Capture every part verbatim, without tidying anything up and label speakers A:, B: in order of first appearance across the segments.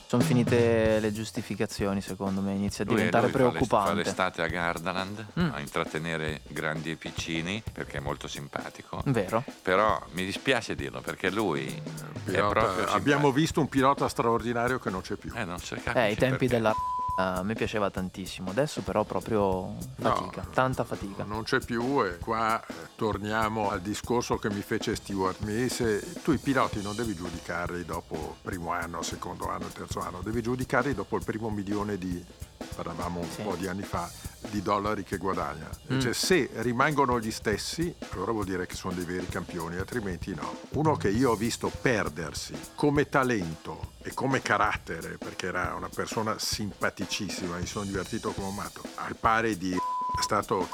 A: Sono finite le giustificazioni, secondo me, inizia a
B: Lui-
A: diventare
B: lui fa l'est-
A: preoccupante.
B: Fa l'estate a Gardaland
A: Mm.
B: a intrattenere grandi e piccini perché è molto simpatico.
A: Vero?
B: Però mi dispiace dirlo perché lui è
C: Pilota-
B: proprio simpatico.
C: abbiamo visto un pilota straordinario che non c'è più.
B: Eh, non si
A: Eh,
B: capisce
A: ai tempi
B: perché.
A: della a me piaceva tantissimo, adesso però proprio fatica,
C: No,
A: tanta fatica.
C: Non c'è più e qua eh, torniamo al discorso che mi fece Stewart. Mi disse, tu i piloti non devi giudicarli dopo il primo anno, secondo anno, terzo anno, devi giudicarli dopo il primo milione di, parlavamo un
A: Sì.
C: po' di anni fa, di dollari che guadagna.
A: Mm.
C: Cioè, se rimangono gli stessi, allora vuol dire che sono dei veri campioni, altrimenti no. Uno che io ho visto perdersi come talento e come carattere, perché era una persona simpaticissima, mi sono divertito come un matto, al pari di è stato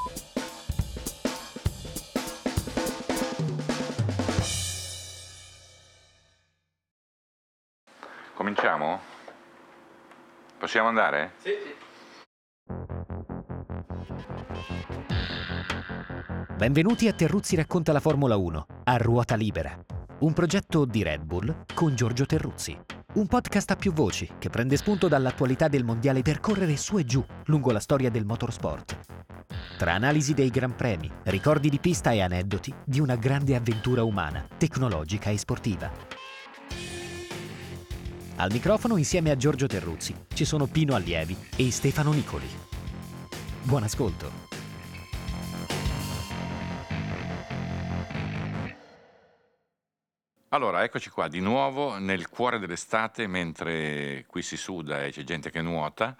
B: Cominciamo? Possiamo andare?
A: Sì, sì.
D: Benvenuti a Terruzzi racconta la Formula uno, a ruota libera. Un progetto di Red Bull con Giorgio Terruzzi. Un podcast a più voci che prende spunto dall'attualità del mondiale per correre su e giù lungo la storia del motorsport. Tra analisi dei gran premi, ricordi di pista e aneddoti di una grande avventura umana, tecnologica e sportiva. Al microfono insieme a Giorgio Terruzzi ci sono Pino Allievi e Stefano Nicoli. Buon ascolto.
B: Allora, eccoci qua di nuovo nel cuore dell'estate, mentre qui si suda e c'è gente che nuota,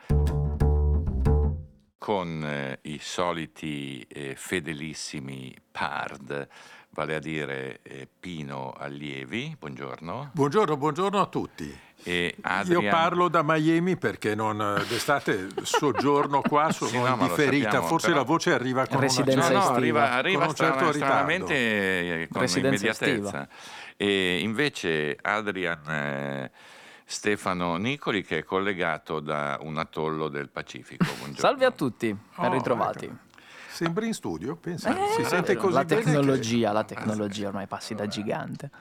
B: con eh, i soliti eh, fedelissimi Pard, vale a dire eh, Pino Allievi, buongiorno,
C: buongiorno, buongiorno a tutti.
B: e Adrian.
C: Io parlo da Miami perché non d'estate soggiorno qua, sono
B: Sì, no,
C: in
B: ma lo
C: differita,
B: sappiamo,
C: forse
B: però-
C: la voce arriva con
A: Residenza
B: No,
C: una
B: no,
A: estiva.
B: arriva, arriva
C: con un certo
B: strana-
C: ritardo.
B: stranamente eh, con
A: Residenza
B: immediatezza. E invece Adrian eh, Stefano Nicoli, che è collegato da un atollo del Pacifico. Buongiorno.
A: Salve a tutti, ben
C: Oh,
A: ritrovati.
C: ecco. Sembri in studio, pensa,
A: Eh,
C: si sente così
A: la
C: bene che-
A: tecnologia, la tecnologia ormai passi da gigante.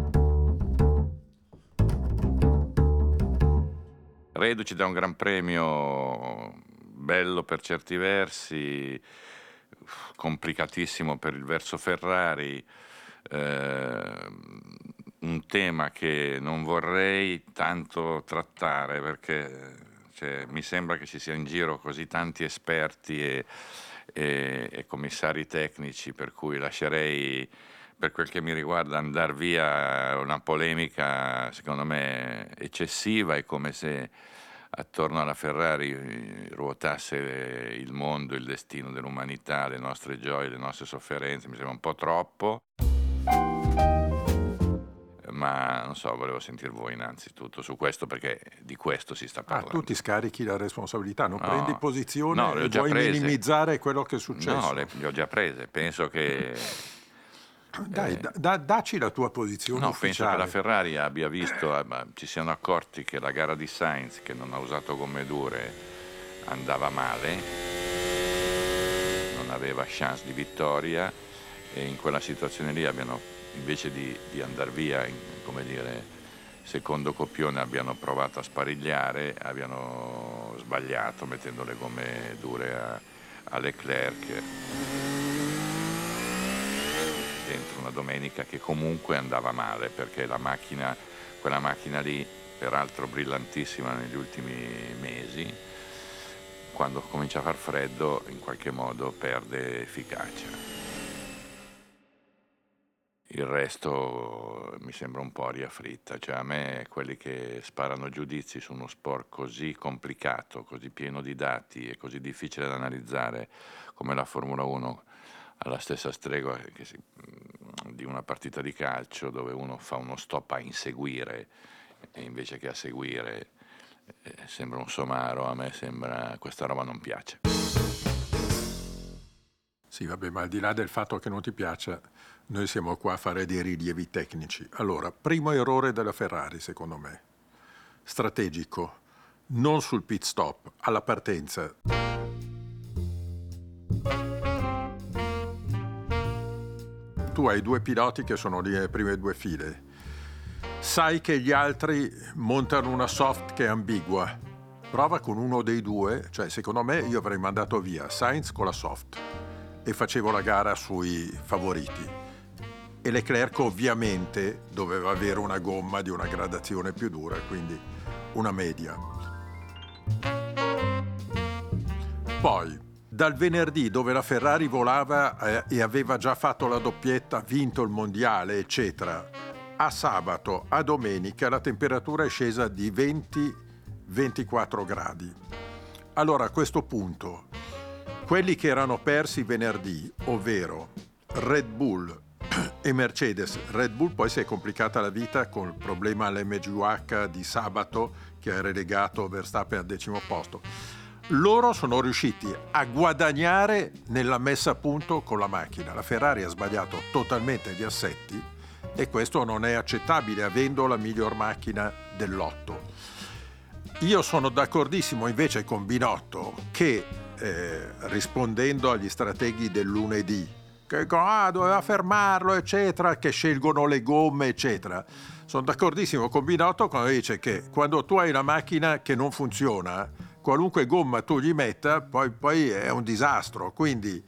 B: Reduci da un gran premio bello per certi versi, complicatissimo per il verso Ferrari, eh, un tema che non vorrei tanto trattare perché cioè, mi sembra che ci sia in giro così tanti esperti e, e- e commissari tecnici, per cui lascerei, per quel che mi riguarda, andare via una polemica secondo me eccessiva. È come se attorno alla Ferrari ruotasse il mondo, il destino dell'umanità, le nostre gioie, le nostre sofferenze. Mi sembra un po' troppo, ma non so, volevo sentire voi innanzitutto su questo, perché di questo si sta
C: Ah,
B: parlando.
C: tu ti scarichi la responsabilità, non
B: No.
C: prendi posizione
B: No, le ho
C: e
B: già
C: vuoi
B: prese.
C: minimizzare quello che è successo.
B: No, le, le ho già prese, penso che...
C: Dai,
B: eh,
C: da- da- dacci la tua posizione
B: No, penso che
C: ufficiale.
B: la Ferrari abbia visto, eh, ma ci siano accorti che la gara di Sainz, che non ha usato gomme dure, andava male, non aveva chance di vittoria, e in quella situazione lì abbiano, invece di, di andare via, in, come dire, secondo copione, abbiano provato a sparigliare, abbiano sbagliato mettendo le gomme dure a, a Leclerc dentro una domenica che comunque andava male, perché la macchina, quella macchina lì, peraltro brillantissima negli ultimi mesi, quando comincia a far freddo in qualche modo perde efficacia. Il resto mi sembra un po' aria fritta, cioè a me quelli che sparano giudizi su uno sport così complicato, così pieno di dati e così difficile da analizzare come la Formula uno, alla stessa stregua che si, di una partita di calcio dove uno fa uno stop a inseguire e invece che a seguire, eh, sembra un somaro. A me sembra, questa roba non piace.
C: Sì, vabbè, ma al di là del fatto che non ti piaccia, noi siamo qua a fare dei rilievi tecnici. Allora, primo errore della Ferrari, secondo me, strategico, non sul pit stop, alla partenza. Tu hai due piloti che sono lì nelle prime due file. sai che gli altri montano una soft che è ambigua. Prova con uno dei due, cioè secondo me io avrei mandato via Sainz con la soft e facevo la gara sui favoriti. E Leclerc ovviamente doveva avere una gomma di una gradazione più dura, quindi una media. Poi, dal venerdì dove la Ferrari volava eh, e aveva già fatto la doppietta, vinto il mondiale, eccetera, a sabato, a domenica, la temperatura è scesa di venti ventiquattro gradi. Allora, a questo punto, quelli che erano persi venerdì, ovvero Red Bull e Mercedes, Red Bull poi si è complicata la vita con il problema all'M G U H di sabato che ha relegato Verstappen al decimo posto. Loro sono riusciti a guadagnare nella messa a punto con la macchina. La Ferrari ha sbagliato totalmente gli assetti e questo non è accettabile avendo la miglior macchina del lotto. Io sono d'accordissimo invece con Binotto che eh, rispondendo agli strateghi del lunedì che dicono ah, doveva fermarlo eccetera, che scelgono le gomme eccetera, sono d'accordissimo con Binotto quando dice che quando tu hai una macchina che non funziona, qualunque gomma tu gli metta poi, poi è un disastro. Quindi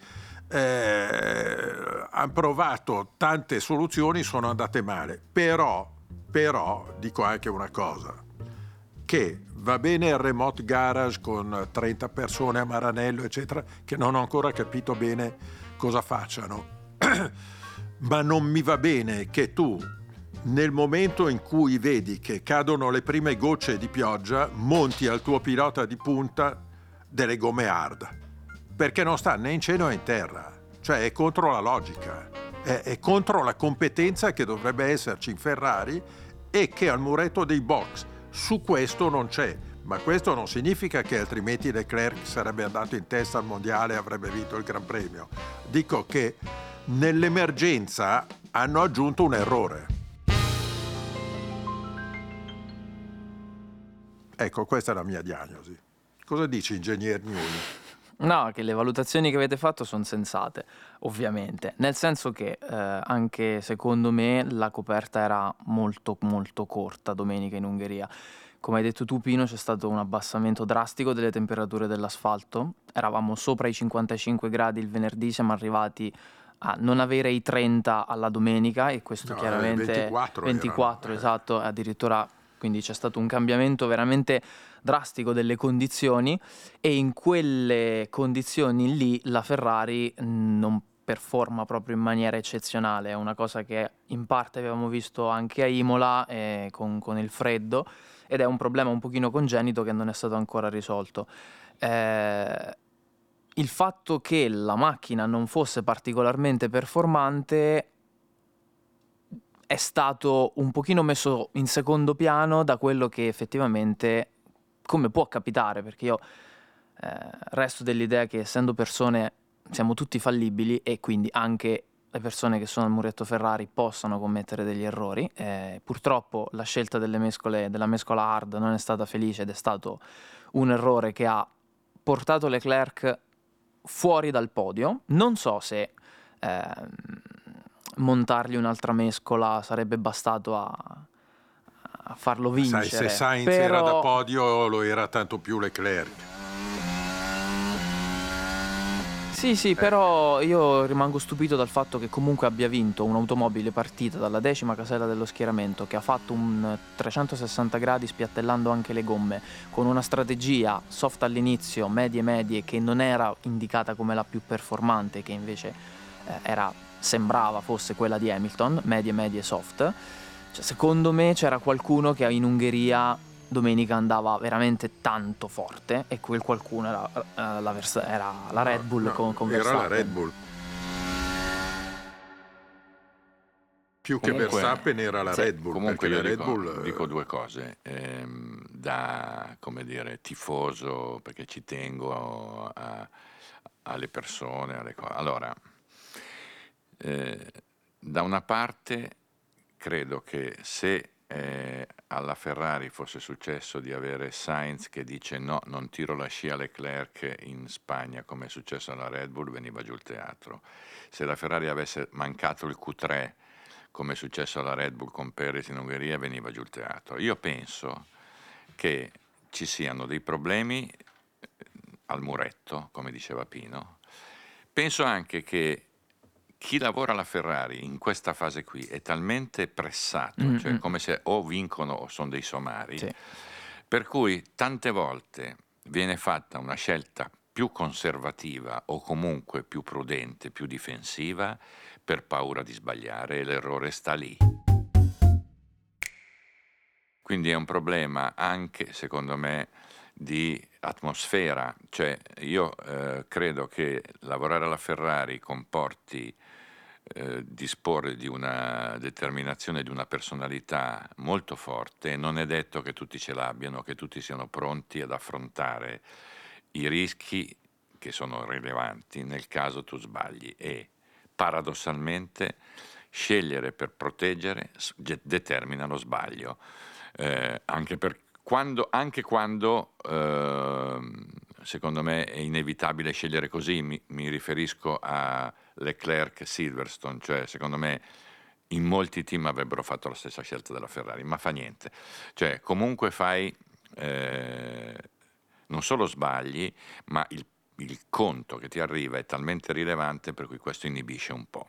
C: eh, hanno provato tante soluzioni, sono andate male, però, però dico anche una cosa, che va bene il remote garage con trenta persone a Maranello eccetera, che non ho ancora capito bene cosa facciano, ma non mi va bene che tu nel momento in cui vedi che cadono le prime gocce di pioggia monti al tuo pilota di punta delle gomme hard, perché non sta né in cielo né in terra, cioè è contro la logica, è, è contro la competenza che dovrebbe esserci in Ferrari e che al muretto dei box su questo non c'è. Ma questo non significa che altrimenti Leclerc sarebbe andato in testa al mondiale e avrebbe vinto il Gran Premio. Dico che nell'emergenza hanno aggiunto un errore. Ecco, questa è la mia diagnosi. Cosa dici, ingegner Newell?
A: No, che le valutazioni che avete fatto sono sensate, ovviamente, nel senso che eh, anche secondo me la coperta era molto molto corta domenica in Ungheria. Come hai detto tu Pino, c'è stato un abbassamento drastico delle temperature dell'asfalto, eravamo sopra i cinquantacinque gradi il venerdì, siamo arrivati a non avere i trenta alla domenica e questo
C: No,
A: chiaramente
C: ventiquattro,
A: ventiquattro
C: erano, eh.
A: esatto, addirittura, quindi c'è stato un cambiamento veramente drastico delle condizioni e in quelle condizioni lì la Ferrari non performa proprio in maniera eccezionale, è una cosa che in parte avevamo visto anche a Imola eh, con, con il freddo, ed è un problema un pochino congenito che non è stato ancora risolto. Eh, il fatto che la macchina non fosse particolarmente performante è stato un pochino messo in secondo piano da quello che effettivamente, come può capitare, perché io eh, resto dell'idea che essendo persone siamo tutti fallibili e quindi anche le persone che sono al muretto Ferrari possano commettere degli errori. Eh, purtroppo la scelta delle mescole, della mescola hard non è stata felice ed è stato un errore che ha portato Leclerc fuori dal podio. Non so se eh, montargli un'altra mescola sarebbe bastato a, a farlo vincere.
C: Sai, se Sainz
A: però...
C: era da podio lo era tanto più Leclerc.
A: Sì, sì, però io rimango stupito dal fatto che comunque abbia vinto un'automobile partita dalla decima casella dello schieramento, che ha fatto un trecentosessanta gradi spiattellando anche le gomme, con una strategia soft all'inizio, medie medie, che non era indicata come la più performante, che invece eh, era, sembrava fosse quella di Hamilton, medie medie soft. Cioè, secondo me c'era qualcuno che in Ungheria domenica andava veramente tanto forte e quel qualcuno era, uh, la, vers- era la Red Bull
C: no,
A: con, con
C: era
A: Verstappen.
C: la Red Bull. Più
B: Comunque,
C: che Verstappen era la
B: sì,
C: Red Bull.
B: Comunque
C: perché
B: io
C: la Red
B: dico,
C: Bull,
B: dico due cose. Ehm, da, come dire, tifoso, perché ci tengo a, alle persone, alle cose. Allora, eh, da una parte credo che se eh, alla Ferrari fosse successo di avere Sainz che dice no, non tiro la scia a Leclerc in Spagna come è successo alla Red Bull, veniva giù il teatro. Se la Ferrari avesse mancato il Q tre come è successo alla Red Bull con Perez in Ungheria, veniva giù il teatro. Io penso che ci siano dei problemi al muretto, come diceva Pino. Penso anche che chi lavora alla Ferrari in questa fase qui è talmente pressato, mm-hmm. cioè come se o vincono o sono dei somari, sì. per cui tante volte viene fatta una scelta più conservativa o comunque più prudente, più difensiva, per paura di sbagliare, e l'errore sta lì. Quindi è un problema anche, secondo me, di atmosfera. Cioè io eh, credo che lavorare alla Ferrari comporti eh, disporre di una determinazione, di una personalità molto forte, e non è detto che tutti ce l'abbiano, che tutti siano pronti ad affrontare i rischi che sono rilevanti nel caso tu sbagli, e paradossalmente scegliere per proteggere determina lo sbaglio, eh, anche, per, quando, anche quando eh, secondo me è inevitabile scegliere così. Mi, mi riferisco a Leclerc e Silverstone, cioè secondo me in molti team avrebbero fatto la stessa scelta della Ferrari, ma fa niente, cioè comunque fai eh, non solo sbagli, ma il il conto che ti arriva è talmente rilevante per cui questo inibisce un po'.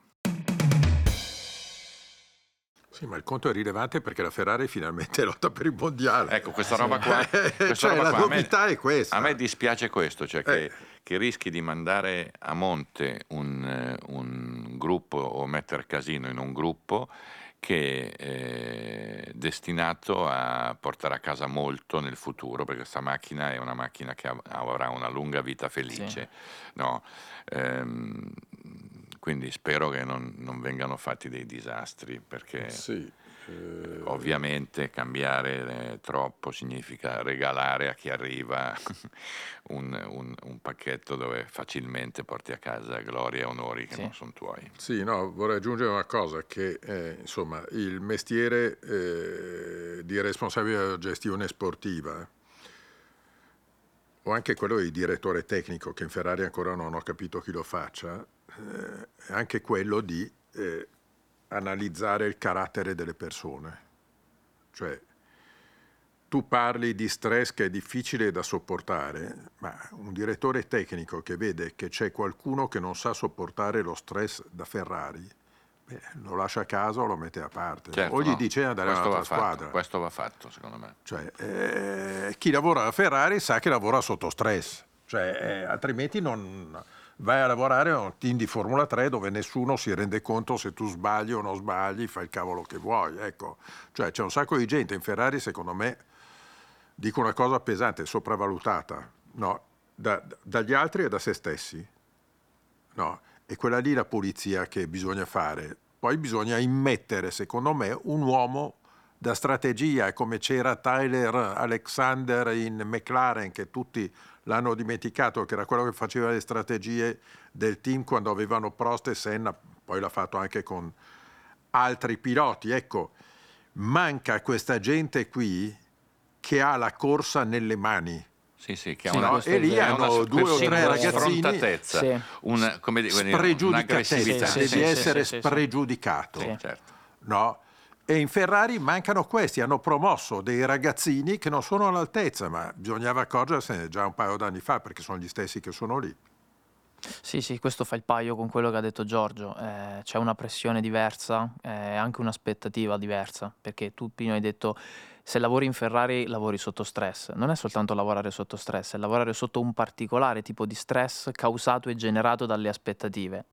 C: Sì, ma il conto è rilevante perché la Ferrari finalmente lotta per il mondiale.
B: Ecco, questa roba qua, questa
C: cioè,
B: roba
C: la
B: qua
C: novità
B: a me,
C: è questa.
B: A me dispiace questo, cioè che,
C: eh.
B: che rischi di mandare a monte un, un gruppo o mettere casino in un gruppo che è destinato a portare a casa molto nel futuro, perché questa macchina è una macchina che avrà una lunga vita felice. Sì. No? Ehm, quindi spero che non, non vengano fatti dei disastri, perché
C: sì. eh...
B: ovviamente cambiare eh, troppo significa regalare a chi arriva un, un, un pacchetto dove facilmente porti a casa gloria e onori che sì. non sono tuoi.
C: Sì, no, vorrei aggiungere una cosa, che eh, insomma il mestiere eh, di responsabile della gestione sportiva o anche quello di direttore tecnico, che in Ferrari ancora non ho capito chi lo faccia, eh, è anche quello di eh, analizzare il carattere delle persone. Cioè, tu parli di stress che è difficile da sopportare, ma un direttore tecnico che vede che c'è qualcuno che non sa sopportare lo stress da Ferrari, beh, lo lascia a casa o lo mette a parte.
B: Certo,
C: o gli
B: no.
C: dice di andare
B: Questo
C: all'altra
B: va
C: squadra.
B: Fatto. Questo va fatto, secondo me.
C: Cioè, eh, chi lavora alla Ferrari sa che lavora sotto stress. Cioè, eh, altrimenti non vai a lavorare a un team di Formula tre dove nessuno si rende conto se tu sbagli o non sbagli, fai il cavolo che vuoi. Ecco. Cioè, c'è un sacco di gente in Ferrari, secondo me, dico una cosa pesante, sopravvalutata, no? da, dagli altri e da se stessi. No? E quella lì la pulizia che bisogna fare. Poi bisogna immettere, secondo me, un uomo da strategia, come c'era Tyler Alexander in McLaren, che tutti l'hanno dimenticato, che era quello che faceva le strategie del team quando avevano Prost e Senna, poi l'ha fatto anche con altri piloti. Ecco, manca questa gente qui che ha la corsa nelle mani.
B: Sì, sì, che ha
C: sì,
B: una,
C: no? E lì hanno due o tre ragazzini,
B: sì. una, come dire,
C: spregiudicatezza,
B: sì,
C: devi
B: sì,
C: essere
B: sì, sì,
C: spregiudicato.
B: Sì, certo.
C: No? E in Ferrari mancano questi, hanno promosso dei ragazzini che non sono all'altezza, ma bisognava accorgersene già un paio d'anni fa, perché sono gli stessi che sono lì.
A: Sì, sì, questo fa il paio con quello che ha detto Giorgio. Eh, c'è una pressione diversa, eh, anche un'aspettativa diversa, perché tu, Pino, hai detto se lavori in Ferrari lavori sotto stress. Non è soltanto lavorare sotto stress, è lavorare sotto un particolare tipo di stress causato e generato dalle aspettative.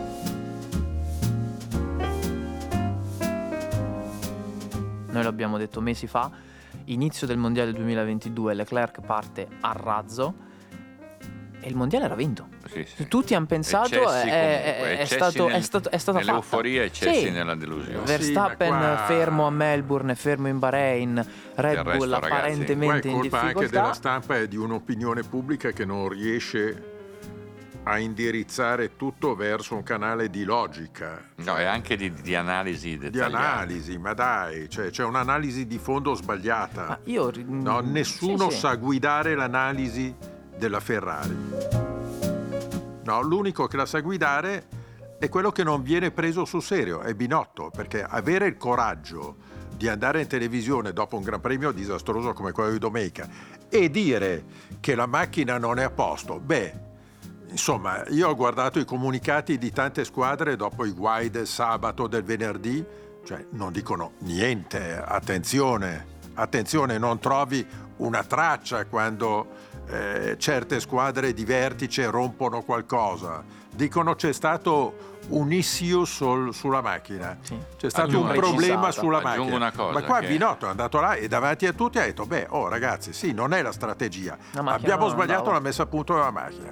A: Noi l'abbiamo detto mesi fa, inizio del mondiale duemilaventidue, Leclerc parte a razzo e il mondiale era vinto.
B: Sì, sì.
A: Tutti hanno pensato
B: è,
A: è, è, stato,
B: nel,
A: è, stato, è stata
B: nell'euforia
A: fatta.
B: e eccessi
A: sì.
B: nella delusione.
A: Verstappen
C: sì, qua...
A: fermo a Melbourne, fermo in Bahrain, Red Bull
B: resto,
A: apparentemente
C: ragazzi,
A: in difficoltà.
C: È colpa anche della stampa e di un'opinione pubblica che non riesce a indirizzare tutto verso un canale di logica.
B: No, e anche di, di analisi dettagliata.
C: Di analisi, ma dai, cioè, c'è un'analisi di fondo sbagliata.
A: Ma io...
C: no, nessuno
A: sì,
C: sa
A: sì.
C: guidare l'analisi della Ferrari. No, l'unico che la sa guidare E quello che non viene preso sul serio è Binotto, perché avere il coraggio di andare in televisione dopo un Gran Premio disastroso come quello di domenica e dire che la macchina non è a posto, beh, insomma, io ho guardato i comunicati di tante squadre dopo i guai del sabato, del venerdì, cioè non dicono niente, attenzione, attenzione, non trovi una traccia quando eh, certe squadre di vertice rompono qualcosa. Dicono c'è stato un issue sul, sulla macchina,
A: Sì.
C: c'è stato
B: Aggiungo-
C: un problema sulla
B: aggiungo
C: macchina.
B: una cosa,
C: Ma qua
B: che-
C: Binotto è andato là e davanti a tutti ha detto, beh, oh ragazzi, sì, non è la strategia,
A: La macchina
C: abbiamo
A: non
C: sbagliato
A: andava.
C: la messa a punto della macchina.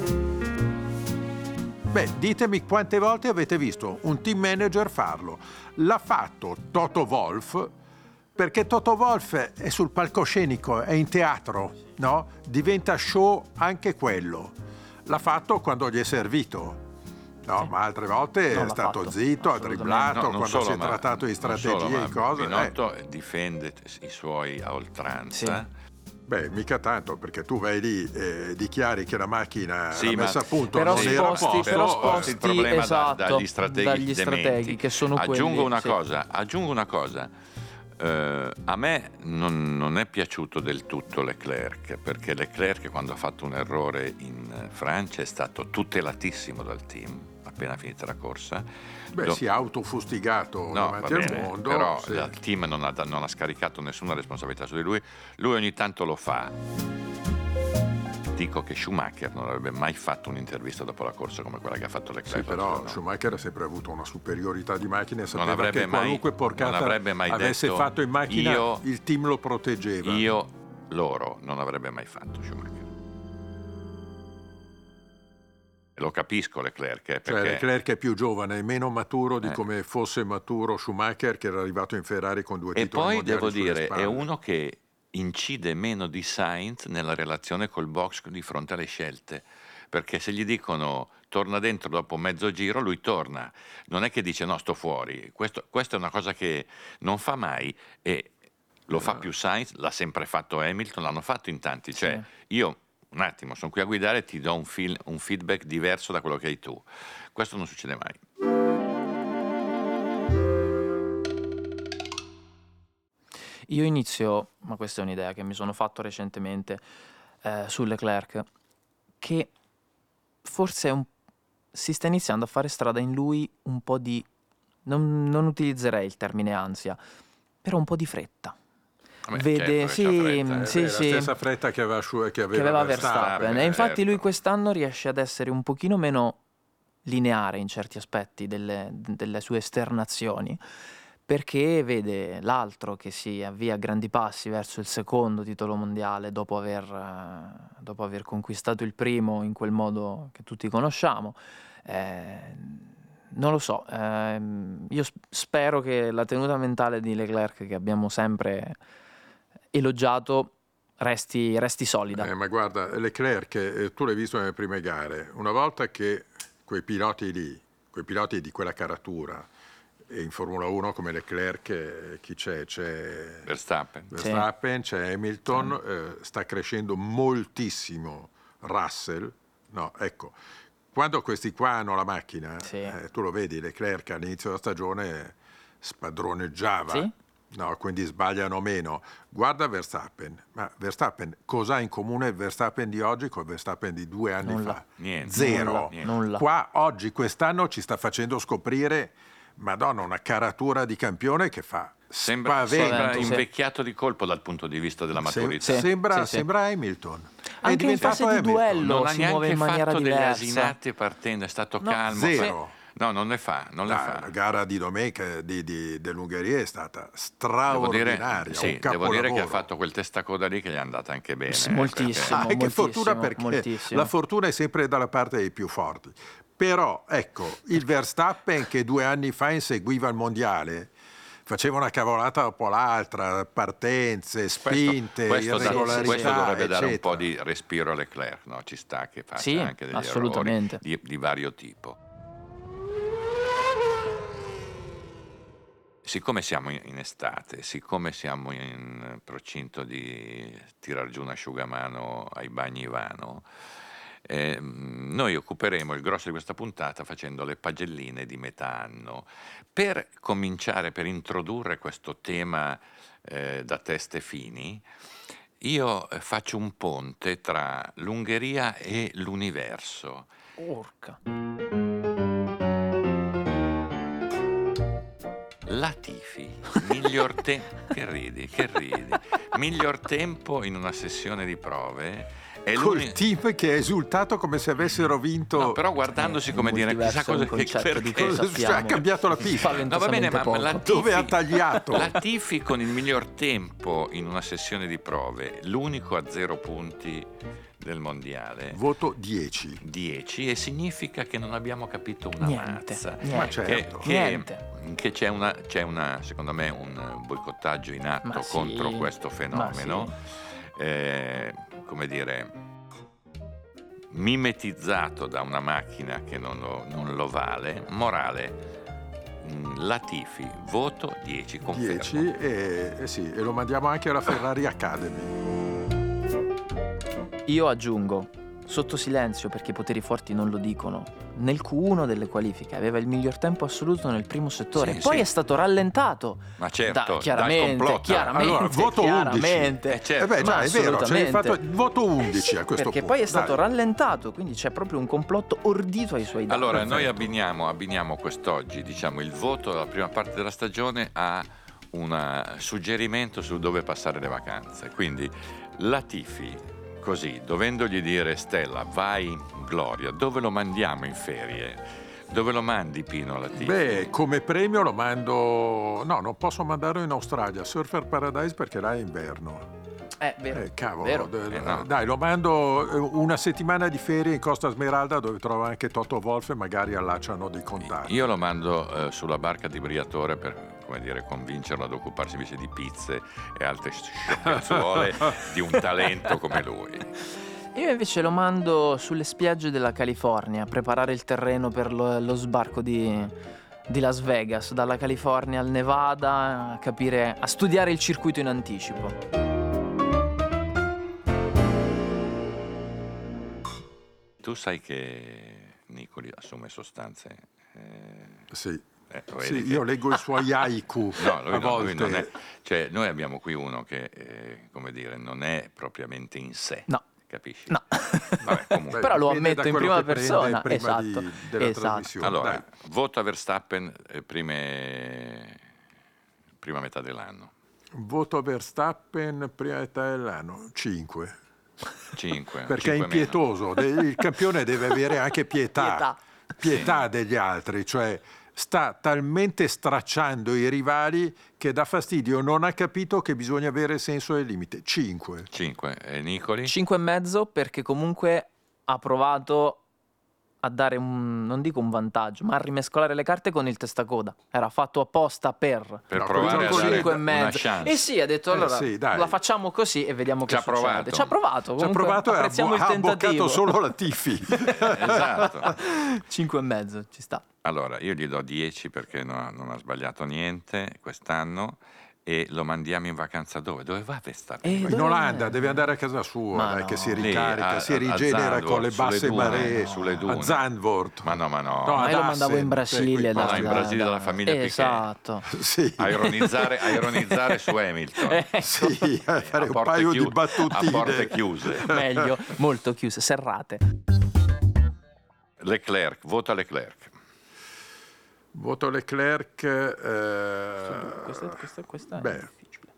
C: Beh, ditemi quante volte avete visto un team manager farlo. L'ha fatto Toto Wolff, perché Toto Wolff è sul palcoscenico, è in teatro, no? Diventa show anche quello. L'ha fatto quando gli è servito. No,
A: Sì.
C: ma altre volte
A: Non
C: è
A: l'ha
C: stato
A: fatto,
C: zitto, ha
A: assolutamente.
C: dribblato,
B: No, non
C: quando
B: solo,
C: si è
B: ma-
C: trattato di
B: non solo,
C: strategie
B: ma
C: e cose. eh.
B: Binotto difende i suoi a oltranza.
A: Sì.
C: Beh, mica tanto, perché tu vai lì e dichiari che la macchina
B: Sì,
C: la
B: ma-
C: messa a punto
A: Però
C: non
B: sì,
C: era a
A: sposti-
C: posto.
A: però
B: sposti
A: sposti,
B: il problema da-
A: esatto,
B: dagli strateghi,
A: dagli
B: dementi.
A: strateghi, che sono
B: aggiungo
A: quelli,
B: una
A: sì.
B: cosa aggiungo una cosa Eh, a me non, non è piaciuto del tutto Leclerc, perché Leclerc quando ha fatto un errore in Francia è stato tutelatissimo dal team appena finita la corsa.
C: Beh,
B: Do-
C: si è autofustigato
B: No,
C: davanti
B: va
C: al
B: bene,
C: mondo.
B: però
C: sì.
B: il team non ha, non ha scaricato nessuna responsabilità su di lui. Lui ogni tanto lo fa. Dico che Schumacher non avrebbe mai fatto un'intervista dopo la corsa come quella che ha fatto Leclerc.
C: Sì, però
B: l'altro giorno.
C: Schumacher ha sempre avuto una superiorità di macchine e sapeva
B: avrebbe
C: che
B: mai-
C: qualunque
B: non
C: porcata
B: avrebbe mai
C: avesse
B: detto,
C: fatto in macchina
B: io-
C: il team lo proteggeva.
B: Io, loro, non avrebbe mai fatto Schumacher. Lo capisco Leclerc, eh,
C: Cioè
B: perché
C: Leclerc è più giovane e meno maturo di
B: Eh.
C: come fosse maturo Schumacher, che era arrivato in Ferrari con due
B: e
C: titoli
B: poi
C: mondiali
B: devo
C: sulle
B: dire
C: spalle.
B: è uno che incide meno di Sainz nella relazione col box di fronte alle scelte, perché se gli dicono torna dentro dopo mezzo giro lui torna, non è che dice no sto fuori. Questo, questa è una cosa che non fa mai e lo fa più Sainz, l'ha sempre fatto Hamilton, l'hanno fatto in tanti, cioè io un attimo sono qui a guidare e ti do un, fil- un feedback diverso da quello che hai tu, questo non succede mai.
A: Io inizio, ma questa è un'idea che mi sono fatto recentemente eh, su Leclerc, che forse è un- si sta iniziando a fare strada in lui un po' di, non, non utilizzerei il termine ansia, però un po' di fretta.
B: Vabbè,
A: Vede,
B: certo che
A: sì,
B: c'ha fretta,
C: Eh,
A: sì,
C: beh,
A: sì.
C: La stessa fretta che aveva, Schu- che aveva,
A: che aveva
C: Verstappen.
A: Verstappen.
B: eh,
A: E infatti
B: certo.
A: lui quest'anno riesce ad essere un pochino meno lineare in certi aspetti delle, delle sue esternazioni, perché vede l'altro che si avvia a grandi passi verso il secondo titolo mondiale dopo aver, eh, dopo aver conquistato il primo in quel modo che tutti conosciamo. Eh, non lo so, ehm, io s- spero che la tenuta mentale di Leclerc, che abbiamo sempre elogiato, resti, resti solida.
C: Eh, ma guarda, Leclerc, eh, tu l'hai visto nelle prime gare, una volta che quei piloti lì, quei piloti di quella caratura, e in Formula uno come Leclerc, eh, chi c'è? C'è
B: Verstappen.
C: Verstappen, c'è Hamilton, eh, sta crescendo moltissimo Russell. No, ecco, quando questi qua hanno la macchina,
A: Sì.
C: eh, tu lo vedi, Leclerc all'inizio della stagione spadroneggiava.
A: Sì?
C: No, quindi sbagliano meno. Guarda Verstappen, ma Verstappen, cosa ha in comune Verstappen di oggi con Verstappen di due anni
A: Nulla.
C: fa?
B: Niente.
C: Zero.
A: Nulla,
B: Niente.
A: nulla.
C: Qua oggi, quest'anno, ci sta facendo scoprire, Madonna, una caratura di campione che fa
B: Sembra,
C: spavento.
B: sembra
A: sì.
B: invecchiato di colpo dal punto di vista della
C: Se-
B: maturità.
A: Sì.
C: sembra,
A: sì.
C: sembra Hamilton. È
A: Anche in
C: diventato
A: fase di
C: Hamilton.
A: duello.
B: Non ha
A: si muove
B: neanche
A: in maniera
B: fatto delle
A: diversa.
B: asinate partendo, è stato
A: No,
B: calmo.
C: zero.
B: No, non le fa, non le
C: La,
B: fa.
C: la gara di domenica di, di- dell'Ungheria è stata
B: Devo dire,
C: straordinaria,
B: sì,
C: un
B: devo
C: capolavoro.
B: dire che ha fatto quel testacoda lì che gli è andata anche bene.
A: Sì,
B: eh,
A: moltissimo.
C: Ah, e che
A: moltissimo,
C: fortuna, perché
A: moltissimo.
C: la fortuna è sempre dalla parte dei più forti. Però, ecco, il Verstappen che due anni fa inseguiva il mondiale, faceva una cavolata dopo l'altra, partenze,
B: Questo,
C: spinte,
B: questo, da-
C: irregolarità,
B: questo dovrebbe dare un
C: eccetera.
B: po' di respiro a Leclerc, no? Ci sta che faccia
A: Sì,
B: anche degli
A: assolutamente.
B: errori di, di vario tipo. Siccome siamo in, in estate, siccome siamo in procinto di tirar giù un asciugamano ai bagni Ivano, Eh, noi occuperemo il grosso di questa puntata facendo le pagelline di metà anno. Per cominciare, per introdurre questo tema eh, da teste fini, io eh, faccio un ponte tra l'Ungheria e l'universo.
A: Porca.
B: Latifi, miglior tempo, che ridi, che ridi, miglior tempo in una sessione di prove. È
C: Col
B: l'uni-
C: team che ha esultato come se avessero vinto.
B: No, però guardandosi come
A: Il
B: dire chissà
A: multiverso è un
B: cosa che
A: concetto di
B: perché
A: cui
C: Cosa-
A: sappiamo.
C: ha cambiato la pista.
B: No, va bene, ma, ma
A: poco.
B: Latifi,
C: Dove ha tagliato?
B: Latifi con il miglior tempo in una sessione di prove, l'unico a zero punti del mondiale,
C: Voto dieci.
B: dieci, e significa che non abbiamo capito una
A: Niente,
B: mazza.
A: niente.
C: Ma
B: Che,
C: certo.
B: che-
A: Niente.
B: che c'è una, c'è una, secondo me, un boicottaggio in atto
A: Ma sì,
B: contro questo
A: ma
B: fenomeno, eh, come dire, mimetizzato da una macchina che non lo, non lo vale. Morale, mh, Latifi, voto dieci, confermo.
C: dieci e, e sì, e lo mandiamo anche alla Ferrari Academy.
A: Io aggiungo, sotto silenzio perché i poteri forti non lo dicono, nel Q uno delle qualifiche aveva il miglior tempo assoluto nel primo settore,
B: Sì,
A: poi
B: sì.
A: è stato rallentato.
B: Ma certo,
A: Da- chiaramente,
B: dal complotto.
A: chiaramente,
C: Allora, voto
A: chiaramente.
B: Eh, certo.
C: Eh beh,
A: Ma
C: già, è vero, cioè, hai
A: assolutamente.
C: fatto il voto undici a questo
A: Perché
C: punto.
A: poi è stato
C: Dai.
A: rallentato, quindi c'è proprio un complotto ordito ai suoi danni.
B: Allora, noi abbiniamo, abbiniamo quest'oggi, diciamo, il voto della prima parte della stagione a un suggerimento su dove passare le vacanze. Quindi Latifi, così, dovendogli dire Stella, vai in gloria, dove lo mandiamo in ferie? Dove lo mandi Pino Latifi?
C: Beh, come premio lo mando. No, non posso mandarlo in Australia, Surfer Paradise, perché là è inverno.
A: Eh, vero.
C: Eh, cavolo,
A: Vero.
C: d-
B: Eh, no.
C: dai, lo mando eh, una settimana di ferie in Costa Smeralda dove trova anche Toto Wolff e magari allacciano dei contatti.
B: Io lo mando eh, sulla barca di Briatore per, come dire, convincerlo ad occuparsi invece di pizze e altre sciocchezzuole di un talento come lui.
A: Io invece lo mando sulle spiagge della California a preparare il terreno per lo, lo sbarco di, di Las Vegas, dalla California al Nevada, a capire, a studiare il circuito in anticipo.
B: Tu sai che Nicoli assume sostanze? eh,
C: Sì.
B: eh, lo
C: Sì,
B: vedi che-
C: io leggo i suoi haiku
B: No, lui,
C: a
B: no,
C: volte.
B: lui non è. Cioè, noi abbiamo qui uno che, eh, come dire, non è propriamente in sé.
A: No.
B: Capisci?
A: No.
B: Vabbè, comunque.
A: Però lo
C: dipende da
A: ammetto in
C: quello
A: prima
C: che prende
A: persona.
C: prima
A: Esatto,
C: di- della
A: esatto.
C: trasmissione.
B: Allora,
C: Dai.
B: voto a Verstappen eh, prime, prima metà dell'anno.
C: Voto Verstappen prima metà dell'anno, cinque.
B: cinque.
C: Perché è impietoso, De- il campione deve avere anche pietà,
A: Pietà.
C: pietà degli altri, cioè sta talmente stracciando i rivali che dà fastidio, non ha capito che bisogna avere senso del limite. cinque.
B: cinque. E Nicoli?
A: Cinque e mezzo perché comunque ha provato a dare un, non dico un vantaggio, ma a rimescolare le carte con il testacoda. Era fatto apposta per...
B: Per
C: No,
B: provare a
C: quello
B: dare
A: cinque e
B: una
A: mezzo.
B: chance.
A: E sì, ha detto
C: Eh,
A: allora
C: sì, dai.
A: la facciamo così e vediamo che
B: Ci ha
A: succede.
B: provato.
A: Ci ha provato.
C: Ci ha
A: Comunque
C: provato e ha,
A: apprezziamo il
C: ha
A: tentativo.
C: boccato solo la Tiffy.
B: Esatto.
A: Cinque e mezzo, ci sta.
B: Allora, io gli do dieci perché non ha, non ha sbagliato niente quest'anno e lo mandiamo in vacanza dove? Dove va Verstappen?
A: Eh,
C: In
A: dove-
C: Olanda deve andare a casa sua,
A: Ma
C: dai,
A: no.
C: che si
B: Lì,
C: ricarica,
B: a-
C: si
B: a- a
C: rigenera
B: Zandvoort,
C: con le
B: sulle
C: basse
B: dune,
C: maree,
B: sulle dune.
C: a Zandvoort.
B: Ma no, ma no.
C: No,
A: Ma
C: ad
A: io lo mandavo
C: Assen,
A: in Brasile.
C: cioè,
A: da-
B: No, in
A: da-
B: Brasile
A: da-
B: dalla famiglia Piquet.
A: Esatto.
C: Sì,
B: A ironizzare, a ironizzare su Hamilton.
A: Ecco.
C: sì, a fare
B: A
C: un
B: porte
C: paio
B: chiu-
C: di battutine.
B: A porte chiuse.
A: Meglio, molto chiuse, serrate.
B: Leclerc, vota Leclerc.
C: Voto Leclerc. eh,
A: Questa, questa, questa è
C: beh.
A: difficile.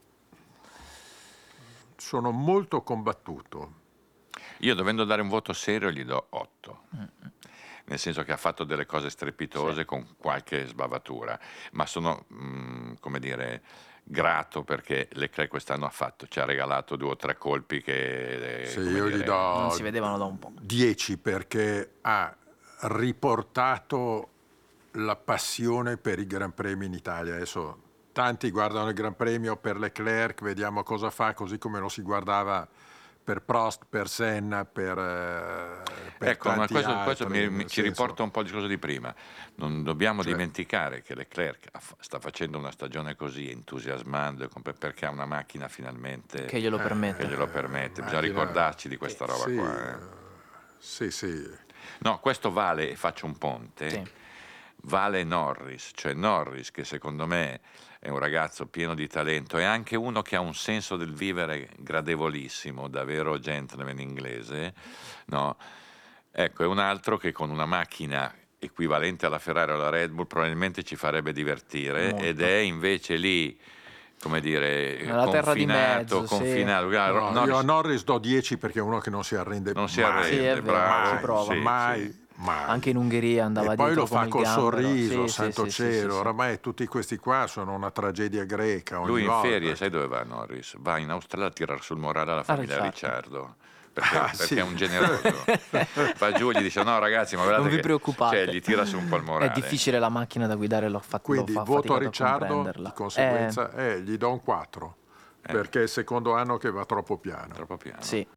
C: sono molto combattuto.
B: Io dovendo dare un voto serio gli do otto. Nel senso che ha fatto delle cose strepitose
A: Sì.
B: con qualche sbavatura, ma sono, mh, come dire, grato perché Leclerc quest'anno ha fatto, ci ha regalato due o tre colpi che... eh,
C: Sì,
B: come
C: io
B: dire,
C: gli do
A: Non si vedevano da un po'.
C: dieci perché ha riportato la passione per i Gran Premi in Italia. Adesso tanti guardano il Gran Premio per Leclerc, vediamo cosa fa, così come lo si guardava per Prost, per Senna, per, eh, per
B: Ecco, ma
C: tanti
B: questo,
C: altri,
B: questo mi, mi-
C: nel
B: ci
C: senso-
B: riporta un po' al discorso di prima. Non dobbiamo
C: Cioè-
B: dimenticare che Leclerc ha fa- sta facendo una stagione così entusiasmante com- perché ha una macchina finalmente
A: Che glielo
C: Eh,
B: che
A: permette.
B: glielo permette. Bisogna
C: macchina-
B: ricordarci di questa roba
C: Sì,
B: qua. eh.
C: Sì, sì.
B: No, questo vale, e faccio un ponte,
A: Sì.
B: vale Norris, cioè Norris che secondo me è un ragazzo pieno di talento, è anche uno che ha un senso del vivere gradevolissimo, da vero gentleman inglese, no? Ecco, è un altro che con una macchina equivalente alla Ferrari o alla Red Bull probabilmente ci farebbe divertire,
A: Molto.
B: ed è invece lì, come dire,
A: Nella terra di
B: confinato,
A: mezzo, sì.
B: confinato. Guarda,
C: No,
B: Norris
C: io a Norris do dieci perché è uno che non si arrende
B: non si
C: mai.
B: arrende,
A: Sì, è vero,
B: bravo,
A: ci prova.
B: sì,
C: mai,
B: sì.
C: mai.
A: Anche in Ungheria andava
C: E poi
A: dietro
C: lo fa
A: come il
C: col
A: gambero.
C: sorriso,
A: Sì,
C: santo
A: sì, sì,
C: cielo.
A: sì, sì, sì.
C: Oramai tutti questi qua sono una tragedia greca ogni
B: Lui in
C: volta.
B: ferie, sai dove va Norris? Va in Australia a tirare sul morale alla famiglia
A: Ricciardo.
B: Ricciardo. Perché,
C: Ah,
B: perché
C: sì.
B: è un generoso. Va giù e gli dice: no, ragazzi, ma guardate
A: Non vi
B: che-"
A: preoccupate.
B: Cioè, gli tira su un po' il morale.
A: È difficile la macchina da guidare, l'ho fatto
C: Quindi
A: fa
C: voto a
A: faticato
C: Ricciardo,
A: comprenderla.
C: di conseguenza eh, gli do un quattro,
B: Eh.
C: perché è il secondo anno che va troppo piano.
B: Troppo piano.
A: Eh, sì.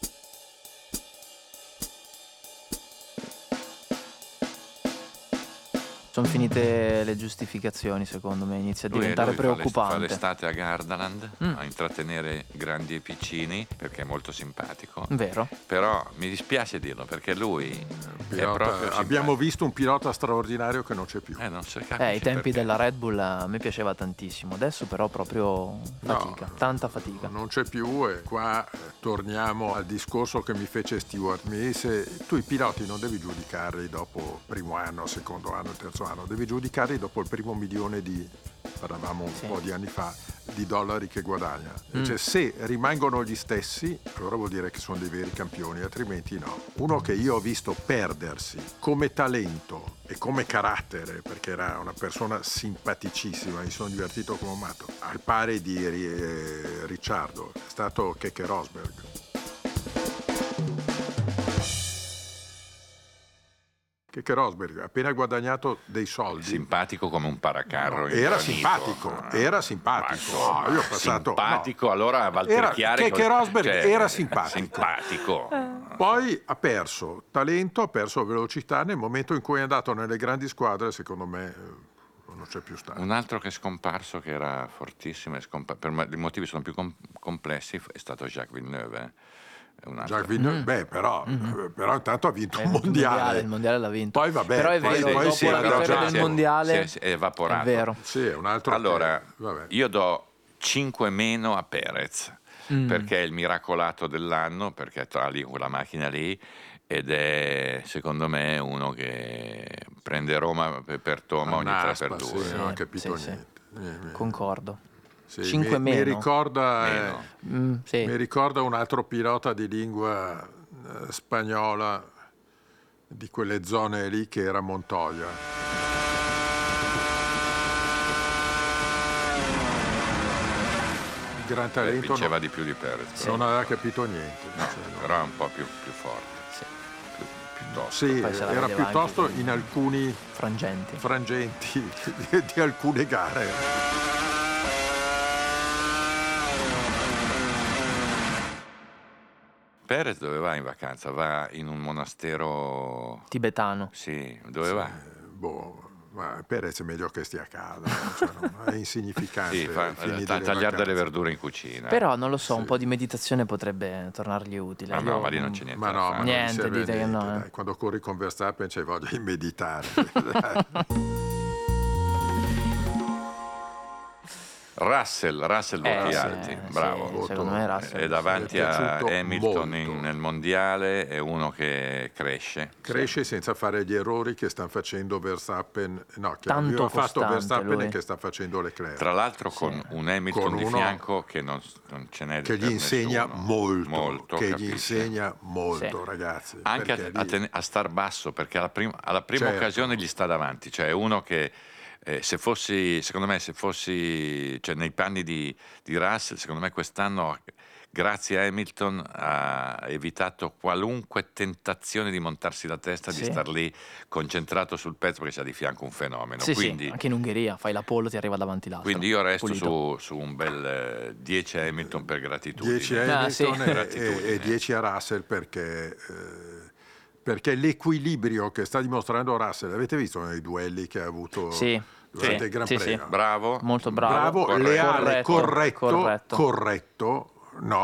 A: Sono finite le giustificazioni, secondo me, inizia a
B: Lui,
A: diventare
B: lui fa l'est-
A: preoccupante.
B: fa l'estate a Gardaland
A: Mm.
B: a intrattenere grandi e piccini perché è molto simpatico.
A: Vero?
B: Però mi dispiace dirlo perché lui è
C: Pilota-
B: proprio simpatico.
C: abbiamo visto un pilota straordinario che non c'è più.
B: Eh, non so,
A: Eh,
B: capisci
A: ai tempi
B: perché.
A: della Red Bull a me piaceva tantissimo, adesso però proprio fatica,
C: No,
A: tanta fatica.
C: Non c'è più e qua eh, torniamo al discorso che mi fece Stewart. Mi disse, tu i piloti non devi giudicarli dopo primo anno, secondo anno, terzo anno, devi giudicarli dopo il primo milione di, parlavamo un
A: Sì.
C: po' di anni fa, di dollari che guadagna.
A: Mm.
C: Cioè, se rimangono gli stessi, allora vuol dire che sono dei veri campioni, altrimenti no. Uno che io ho visto perdersi come talento e come carattere, perché era una persona simpaticissima, mi sono divertito come un matto, al pari di eh, Ricciardo, è stato Keke Rosberg. Keke Rosberg ha appena guadagnato dei soldi.
B: Simpatico come un paracarro.
C: No, era
B: ingranito.
C: simpatico, era simpatico.
B: Ma
C: Ah, io ho passato-
B: simpatico,
C: no.
B: allora Walter
C: Era-
B: Chiari
C: Keke
B: col-
C: Rosberg
B: cioè,
C: era simpatico.
B: simpatico.
C: Poi ha perso talento, ha perso velocità. Nel momento in cui è andato nelle grandi squadre, secondo me eh, non c'è più stato.
B: Un altro che è scomparso, che era fortissimo, è scompa- per me- i motivi sono più com- complessi, è stato Jacques Villeneuve. eh. È un altro.
C: Jacques Villeneuve, beh, però, però intanto ha vinto
A: Eh,
C: il mondiale.
A: il mondiale l'ha vinto.
C: Poi vabbè,
A: però è
C: poi-
A: vero,
C: poi
A: dopo
C: si è
A: la vittoria
C: arrangiato.
A: del
B: si è-
A: mondiale
B: si è, si è evaporato.
A: è vero.
C: Sì, è un altro.
B: Allora,
C: che- vabbè.
B: io do cinque meno a Perez,
A: Mm.
B: perché è il miracolato dell'anno, perché tra lì quella macchina lì, ed è secondo me uno che prende Roma per, per Toma ogni tre
C: Un'aspa,
B: per due.
C: sì, non ho capito
A: sì, sì.
C: niente. Mi- mi-
A: Concordo.
C: sì,
A: cinque
C: mi, mi
A: meno.
C: ricorda, eh,
B: Meno.
A: Mm, sì.
C: mi ricorda un altro pilota di lingua eh, spagnola di quelle zone lì che era Montoya. Il gran
B: Beh,
C: talento
B: vinceva
C: no-
B: di più di Perez, però,
C: non aveva capito niente.
B: no,
C: cioè, no.
B: però è un po' più, più forte,
A: Sì.
B: più- piuttosto.
C: Sì,
A: Poi se la
C: era
A: vedeva
C: piuttosto
A: anche con-
C: in alcuni
A: Frangenti.
C: frangenti di, di alcune gare.
B: Perez dove va in vacanza? Va in un monastero,
A: Tibetano.
B: sì, dove va?
C: Boh, ma Perez è meglio che stia a casa, cioè, non- è insignificante.
B: Sì, fa,
C: ai fini
B: ta-
C: delle
B: tagliare delle
C: vacanze.
B: verdure in cucina.
A: Però non lo so, un
C: Sì.
A: po' di meditazione potrebbe tornargli utile.
B: Ma no,
A: Io-
B: ma lì non c'è niente
C: Ma
B: da
C: no, ma
B: fare.
C: non gli
A: Niente,
C: serve
A: dite che
C: niente,
A: no, eh.
C: dai. Quando corri con Verstappen c'hai voglia di meditare. Dai.
B: Russell, Russell
A: Eh,
B: voti
A: sì,
B: alti,
A: sì,
B: bravo.
A: secondo me Russell.
B: È davanti
C: Mi è
B: a
C: piaciuto
B: Hamilton
C: molto.
B: in- nel mondiale, è uno che cresce.
C: Cresce senza fare gli errori che stanno facendo Verstappen, no, che
A: Tanto
C: aveva fatto
A: costante
C: Verstappen
A: lui.
C: e che sta facendo Leclerc.
B: Tra l'altro con un Hamilton
C: Con
B: di
C: uno
B: fianco che non, non ce n'è
C: che
B: per
C: gli insegna
B: nessuno.
C: molto,
B: Molto,
C: che gli
B: capisci?
C: insegna molto,
A: Sì.
C: ragazzi.
B: Anche a,
C: perché
B: a
C: lì-
B: ten- a star basso, perché alla, prim- alla prima
C: Certo.
B: occasione gli sta davanti, cioè è uno che eh, se fossi, secondo me, se fossi cioè, nei panni di, di Russell, secondo me quest'anno, grazie a Hamilton, ha evitato qualunque tentazione di montarsi la testa,
A: Sì.
B: di star lì concentrato sul pezzo perché c'ha di fianco un fenomeno.
A: Sì,
B: quindi,
A: sì, anche in Ungheria fai la pole, ti arriva davanti l'altro.
B: quindi io resto
A: Pulito.
B: su, su un bel eh, dieci Hamilton per gratitudine.
C: dieci a
A: Ah,
C: Hamilton
A: sì.
C: e-
B: Gratitudine.
C: e, e dieci a Russell perché, eh, perché l'equilibrio che sta dimostrando Russell, avete visto nei duelli che ha avuto
A: Sì,
C: durante
A: sì,
C: il Gran
A: sì,
C: Premio?
A: sì.
B: Bravo.
A: Molto bravo.
C: Bravo,
B: corretto.
C: leale, corretto,
A: corretto.
C: corretto, no,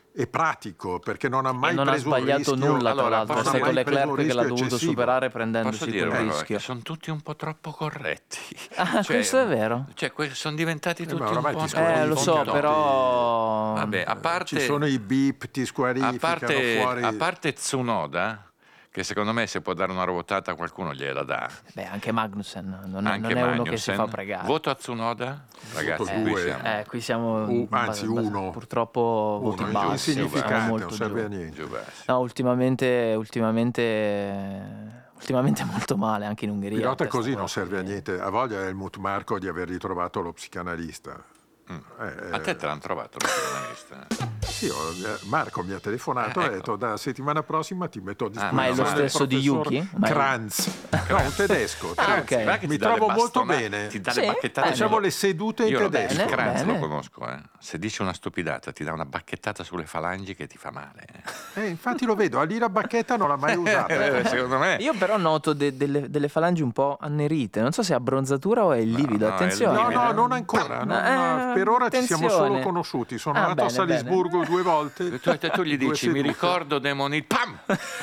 C: e pratico, perché non ha mai
A: e non ha
C: preso un
A: sbagliato
C: rischio.
A: nulla, tra
B: Allora,
A: l'altro, è
B: posso
A: stato
B: dire-
A: Leclerc che l'ha
C: rischio
A: dovuto
C: eccessivo.
A: superare
B: Posso
A: prendendosi
B: dire
A: quel
B: una cosa,
A: rischio.
B: che sono tutti un po' troppo corretti.
A: Ah, questo è vero.
B: Cioè, que- sono diventati
C: Eh,
B: tutti
C: ma
B: un
C: oramai
B: po'...
C: ti scuotono
A: Eh,
C: i
A: lo so,
C: fondati.
A: però...
B: Vabbè, a parte...
C: Ci sono i beep, ti
B: A
C: squalificano
B: parte,
C: fuori.
B: a parte Tsunoda, che secondo me se può dare una ruotata a qualcuno gliela dà.
A: Beh, anche Magnussen non, è-
B: Anche
A: non è uno che si
B: Magnussen.
A: fa pregare.
B: Voto a Tsunoda? Ragazzi,
C: Voto
B: qui
C: due.
B: siamo
A: Eh, qui siamo...
C: Uh, anzi,
A: bas- bas-
C: uno.
A: Purtroppo voti
C: Uno,
A: bassi.
C: insignificante,
A: siamo
C: non
A: molto
C: serve
A: giù.
C: a niente.
B: giù bassi.
A: No, ultimamente, ultimamente, ultimamente molto male, anche in Ungheria.
C: Il pilota
A: testa
C: così non
A: vuota,
C: serve a
A: quindi-
C: niente. A voglia è il Mut Marco di aver ritrovato lo psicanalista.
B: Mm.
C: Eh,
B: A te te l'hanno trovato lo psicanalista?
C: Sì, ho- eh, Marco mi ha telefonato
B: Ah,
C: e ha
B: ecco.
C: detto da settimana prossima ti metto a disposizione.
A: Ma è lo
C: del
A: stesso di
C: professor
A: Yuki? Ma è-
C: Kranz. No, un tedesco.
A: Ah,
C: Kranz.
A: ok.
B: Guarda che
C: Mi
B: ti dà le
C: trovo molto
B: bastonate,
C: bene.
B: Ti dà
A: Sì,
B: le bacchettate.
A: bene.
C: Facciamo le sedute in
B: Io lo-
C: tedesco.
B: il Kranz
A: bene.
B: lo conosco, eh. Se dici una stupidata ti dà una bacchettata sulle falangi che ti fa male. eh.
C: Eh, infatti lo vedo, a lì la bacchetta non l'ha mai usata.
B: Eh, secondo me...
A: Io però noto de- delle, delle falangi un po' annerite. Non so se è abbronzatura o è il livido.
B: no, è il
A: Attenzione.
C: No,
B: livido.
C: no, non ancora. no,
A: Eh,
C: no, per ora ci siamo solo
A: attenzione.
C: conosciuti. Sono
A: Ah,
C: andato a
A: bene,
C: Salisburgo
A: bene.
C: due volte.
B: Tu, tu- tu gli
C: Due
B: dici, mi
C: sedute.
B: ricordo Demoni... Pam!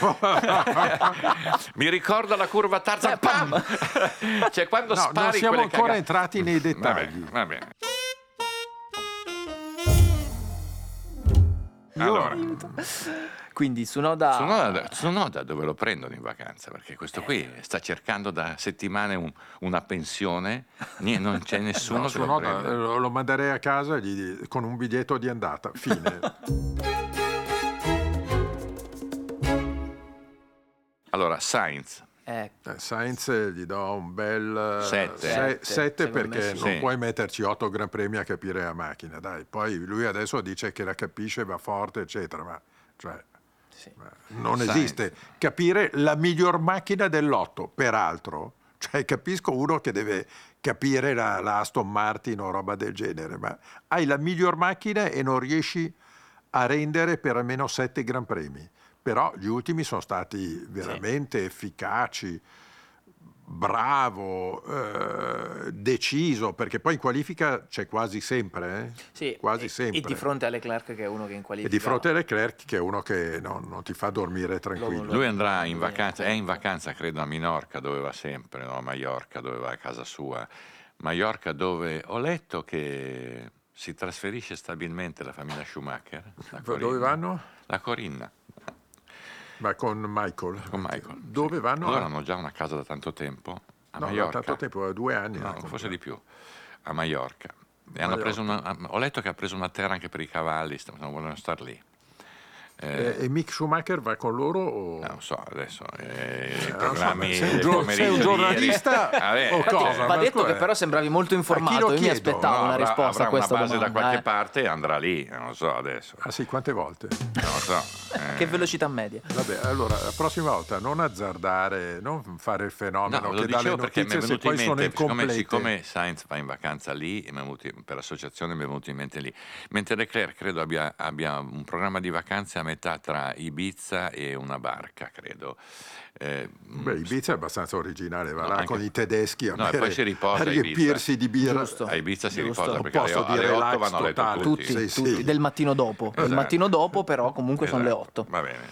B: mi ricordo la curva Tarzan...
A: Eh,
B: Pam!
A: pam!
B: Cioè, quando
C: No,
B: spari
C: non siamo
B: quelle
C: ancora
B: caga-
C: entrati nei
B: Va
C: dettagli.
B: bene, va bene.
C: Io-
B: Allora,
A: Quindi Tsunoda...
B: Tsunoda, Tsunoda dove lo prendono in vacanza? Perché questo qui sta cercando da settimane un- una pensione, nie- non c'è nessuno
C: No,
B: che lo
C: Tsunoda,
B: prende.
C: eh, lo, lo manderei a casa e gli- con un biglietto di andata. Fine.
B: Allora, Sainz,
A: Eh,
C: Eh, Sainz gli do un bel
B: Sette.
C: sette
A: Sette, secondo
C: perché
A: me
B: sì.
C: non
B: Sì.
C: puoi metterci otto Gran Premi a capire la macchina. Dai, poi lui adesso dice che la capisce, va forte, eccetera, ma cioè,
A: sì.
C: non
B: Sainz.
C: esiste. Capire la miglior macchina dell'otto, peraltro, cioè capisco uno che deve capire la, la Aston Martin o roba del genere, ma hai la miglior macchina e non riesci a rendere per almeno sette Gran Premi. Però gli ultimi sono stati veramente efficaci, bravo, eh, deciso, perché poi in qualifica c'è quasi sempre, eh?
A: Sì,
C: quasi
A: e,
C: sempre.
A: e di fronte a Leclerc che è uno che in
C: E
A: qualifica...
C: di fronte a Leclerc che è uno che non, non ti fa dormire tranquillo.
B: lui andrà in vacanza, è in vacanza credo a Minorca dove va sempre, no? A Maiorca dove va a casa sua, Maiorca dove ho letto che si trasferisce stabilmente la famiglia Schumacher. La
C: Dove
B: Corinna.
C: vanno?
B: La Corinna,
C: Ma con Michael.
B: con Michael.
C: Dove
B: Sì.
C: vanno?
B: Loro hanno già una casa da tanto tempo a
C: No, da
B: Maiorca.
C: tanto tempo, due anni.
B: No,
C: hanno
B: forse
C: comprato.
B: di più, a Maiorca. E hanno
C: Maiorca.
B: preso una, ho letto che ha preso una terra anche per i cavalli, st- non vogliono star lì. Eh,
C: E, e Mick Schumacher va con loro? O...
B: non so, adesso eh, i
C: non so,
B: programmi
C: ma sei un
B: del
C: gio-
B: pomeriggio
C: sei un
B: di
C: giornalista
B: ieri. Vabbè,
C: o
B: eh,
C: cosa?
A: Va
C: Ma
A: detto
C: scusa,
A: che però sembravi molto
C: a
A: informato.
C: chi lo
A: Io mi
C: chiedo?
A: aspettavo
B: no,
A: una
B: avrà-
A: risposta
B: avrà
A: a questa
B: una base
A: domanda.
B: da qualche
A: eh.
B: parte e andrà lì, non lo so adesso.
C: Ah sì, quante volte?
B: Non lo so. eh.
A: Che velocità media.
C: Vabbè, allora la prossima volta non azzardare, non fare il fenomeno
B: No, lo
C: che dà le
B: dicevo perché mi è
C: notizie se
B: venuto in
C: poi sono
B: mente, siccome,
C: incomplete.
B: siccome Sainz va in vacanza lì, mi è venuto- per associazione mi è venuto in mente lì. Mentre Leclerc credo abbia, abbia un programma di vacanze a metà tra Ibiza e una barca, credo. Eh,
C: Beh, Ibiza è abbastanza originale, va
B: No,
C: là
B: anche-
C: con i tedeschi a,
B: No, e
C: bere-
B: poi si riposa
C: a
B: a
C: riempirsi
B: Ibiza.
C: di birra.
A: Giusto.
B: a Ibiza si
A: Giusto.
B: riposa
C: Un
B: perché alle,
C: posto di
B: alle otto
C: relax
B: vanno a letto
C: totale.
B: tutti.
A: Tutti,
C: Sì,
A: tutti.
C: sì.
A: Del mattino dopo. Del
B: Esatto.
A: mattino dopo però comunque sono le
B: Esatto,
A: otto.
B: Va bene.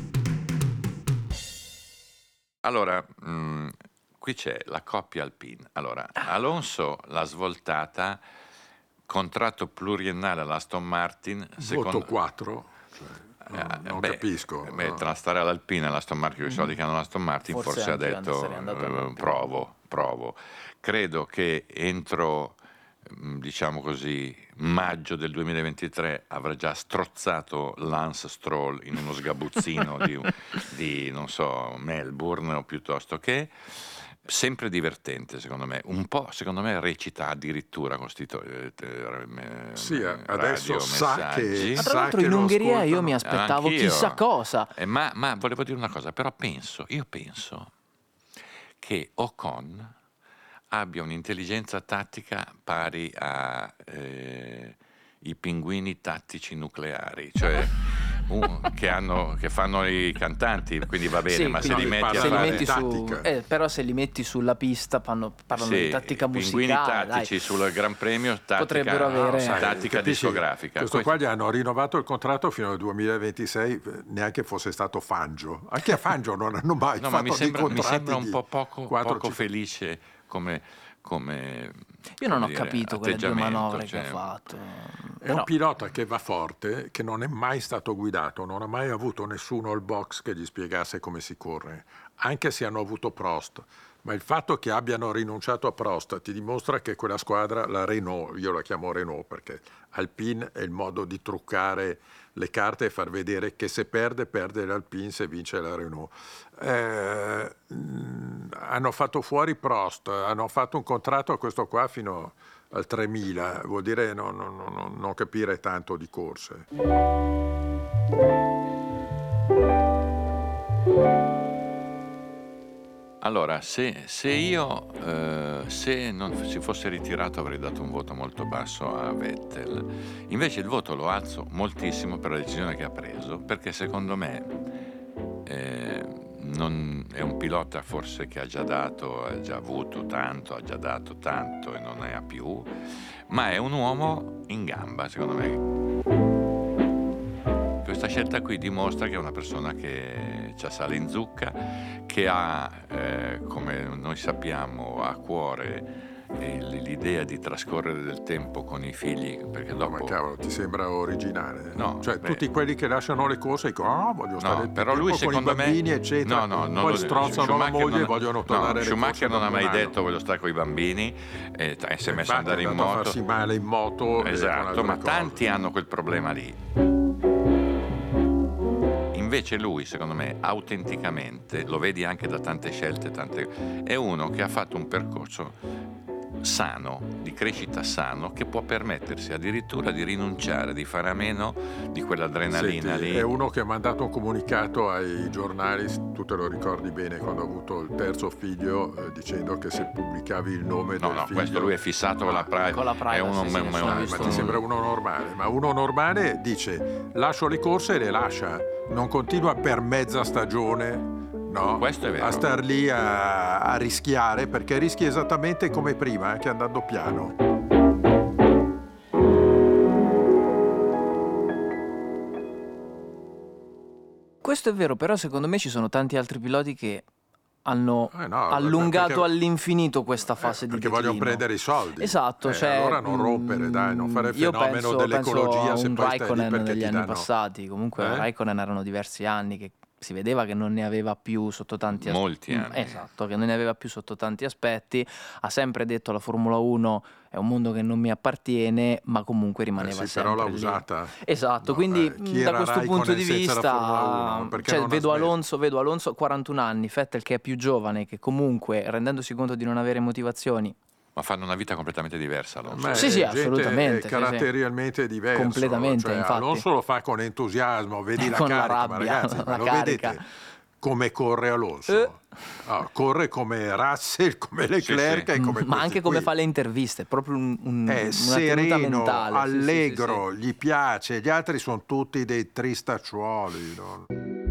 B: Allora, mh, qui c'è la coppia Alpine. Allora, Alonso l'ha svoltata, contratto pluriennale all'Aston Martin.
C: Voto quattro, cioè, non,
B: Eh,
C: non
B: beh,
C: capisco.
B: beh,
C: no.
B: tra stare all'Alpine e l'Aston Martin, i soldi che hanno l'Aston Martin,
A: Forse
B: forse, ha
A: anche io
B: detto
A: sarei andato
B: eh,
A: all'Alpine.
B: provo, provo. Credo che entro, mh, diciamo così, maggio del duemilaventitré avrà già strozzato Lance Stroll in uno sgabuzzino di, di, non so, Melbourne o piuttosto che. Sempre divertente secondo me, un po' secondo me recita addirittura con sti to- eh, eh,
C: Sì,
B: radio,
C: adesso sa che-
B: messaggi.
A: Ma
C: Sa
A: tra l'altro
C: che
A: in
C: lo
A: Ungheria io
C: ascoltano.
A: mi aspettavo
B: Anch'io.
A: chissà cosa.
B: Eh, ma, ma volevo dire una cosa, però penso, io penso che Ocon abbia un'intelligenza tattica pari a eh, i pinguini tattici nucleari, cioè un- che, hanno, che fanno i cantanti, quindi va bene,
A: Sì,
B: ma se
A: quindi
B: li metti a
C: parla
A: se li
B: fare
A: metti su,
C: tattica.
A: eh, però se li metti sulla pista fanno- parlano
B: sì,
A: di tattica
B: i pinguini
A: musicale,
B: tattici
A: dai.
B: sul Gran Premio, tattica,
A: Potrebbero avere-
C: sai,
B: tattica
C: capisci?
B: discografica.
C: Questo
B: Questo-
C: qua gli hanno rinnovato il contratto fino al duemilaventisei, eh, neanche fosse stato Fangio. Anche a Fangio non hanno mai
B: No,
C: fatto
B: ma mi
C: dei
B: sembra, mi
C: contratti
B: sembra un
C: di
B: po' poco,
C: quattro,
B: poco
C: cinque.
B: felice come, come
A: Io non
B: come
A: ho
B: dire,
A: capito quelle due
B: atteggiamento,
A: manovre
B: cioè,
A: che ha fatto.
C: È
A: Però-
C: un pilota che va forte, che non è mai stato guidato, non ha mai avuto nessuno al box che gli spiegasse come si corre, anche se hanno avuto Prost. Ma il fatto che abbiano rinunciato a Prost ti dimostra che quella squadra, la Renault, io la chiamo Renault perché Alpine è il modo di truccare le carte e far vedere che se perde, perde l'Alpine, se vince la Renault. Eh, mh, hanno fatto fuori Prost, hanno fatto un contratto a questo qua fino al tremila, vuol dire non, non- non- non capire tanto di corse.
B: Allora, se, se io eh, se non si fosse ritirato avrei dato un voto molto basso a Vettel. Invece il voto lo alzo moltissimo per la decisione che ha preso, perché secondo me eh, non- è un pilota forse che ha già dato, ha già avuto tanto, ha già dato tanto e non ne ha più, ma è un uomo in gamba, secondo me. Questa scelta qui dimostra che è una persona che ha sale in zucca, che ha, eh, come noi sappiamo, a cuore il- l'idea di trascorrere del tempo con i figli, perché
C: No, ma
B: dopo...
C: cavolo, ti sembra originale?
B: No,
C: Cioè,
B: beh.
C: tutti quelli che lasciano le corse dicono, ah, voglio stare
B: No,
C: più
B: però
C: tempo
B: lui
C: con i
B: secondo me
C: bambini, eccetera.
B: no, no, non
C: Poi
B: lo-
C: strozzano la
B: Schumacher
C: moglie e
B: non-
C: vogliono tornare
B: no,
C: alle
B: Schumacher
C: corse
B: non ha
C: dopo
B: mai
C: un anno.
B: detto voglio stare con i bambini e, e si è messo ad
C: Infatti
B: andare
C: è
B: in
C: andato a
B: moto.
C: farsi male in moto e con
B: Esatto,
C: altre
B: ma
C: cose.
B: tanti hanno quel problema lì. Invece lui, secondo me, autenticamente, lo vedi anche da tante scelte, tante, è uno che ha fatto un percorso sano, di crescita sano, che può permettersi addirittura di rinunciare, di fare a meno di quell'adrenalina
C: Senti,
B: lì.
C: è uno che ha mandato un comunicato ai giornali, tu te lo ricordi bene, quando ha avuto il terzo figlio, eh, dicendo che se pubblicavi il nome
B: No,
C: del
B: no,
C: figlio...
B: questo lui è fissato con la privacy.
A: Con la privacy,
B: è uno,
A: sì,
B: un-
A: nessuno
B: un-
A: ha
C: Ah,
A: visto
C: ma ti sembra uno normale, ma uno normale dice lascio le corse e le lascia, non continua per mezza stagione, no?
B: Questo è vero.
C: A star lì a, a rischiare, perché rischi esattamente come prima, anche andando piano.
A: Questo è vero, però secondo me ci sono tanti altri piloti che hanno
C: Eh no,
A: allungato
C: perché-
A: all'infinito questa
C: Eh,
A: fase di
C: perché
A: declino.
C: vogliono prendere i soldi.
A: Esatto,
C: Eh,
A: cioè,
C: allora non rompere, dai, non fare il
A: io
C: fenomeno
A: penso,
C: dell'ecologia
A: penso a
C: se
A: un
C: poi stai lì
A: Raikkonen
C: perché
A: negli
C: ti
A: anni
C: danno...
A: passati. Comunque
C: Eh?
A: Raikkonen erano diversi anni che si vedeva che non ne aveva più sotto tanti aspetti.
B: Molti anni.
A: Esatto, che non ne aveva più sotto tanti aspetti. Ha sempre detto la Formula uno è un mondo che non mi appartiene, ma comunque
C: Eh
A: rimaneva
C: sì,
A: sempre
C: però l'ha
A: lì.
C: usata.
A: Esatto,
C: No,
A: quindi
C: eh, chi
A: mh, da
C: era
A: questo
C: Raikkonen
A: punto di
C: senza la Formula
A: vista,
C: uno? Perché
A: cioè,
C: non ha
A: vedo
C: smesso?
A: Alonso, vedo Alonso quarantuno anni, Vettel che è più giovane, che comunque rendendosi conto di non avere motivazioni
B: Ma fanno una vita completamente diversa, Alonso.
C: Ma
A: Sì,
C: è
A: sì,
C: gente
A: assolutamente, sì, sì.
C: caratterialmente diverso.
A: Completamente,
C: cioè,
A: infatti.
C: Alonso lo fa con entusiasmo, vedi la
A: Con la
C: carica, ma
A: rabbia,
C: ragazzi,
A: la
C: ma lo
A: carica.
C: vedete come corre Alonso?
A: Eh.
C: Ah, corre come Russell, come Leclerc
B: sì.
C: e come
A: ma
C: questi
A: anche come
C: qui.
A: fa le interviste, proprio un, un-
C: È
A: una tenuta
C: sereno,
A: mentale. Sì, sì, sì,
C: allegro,
A: sì.
C: gli piace, gli altri sono tutti dei tristacciuoli. No?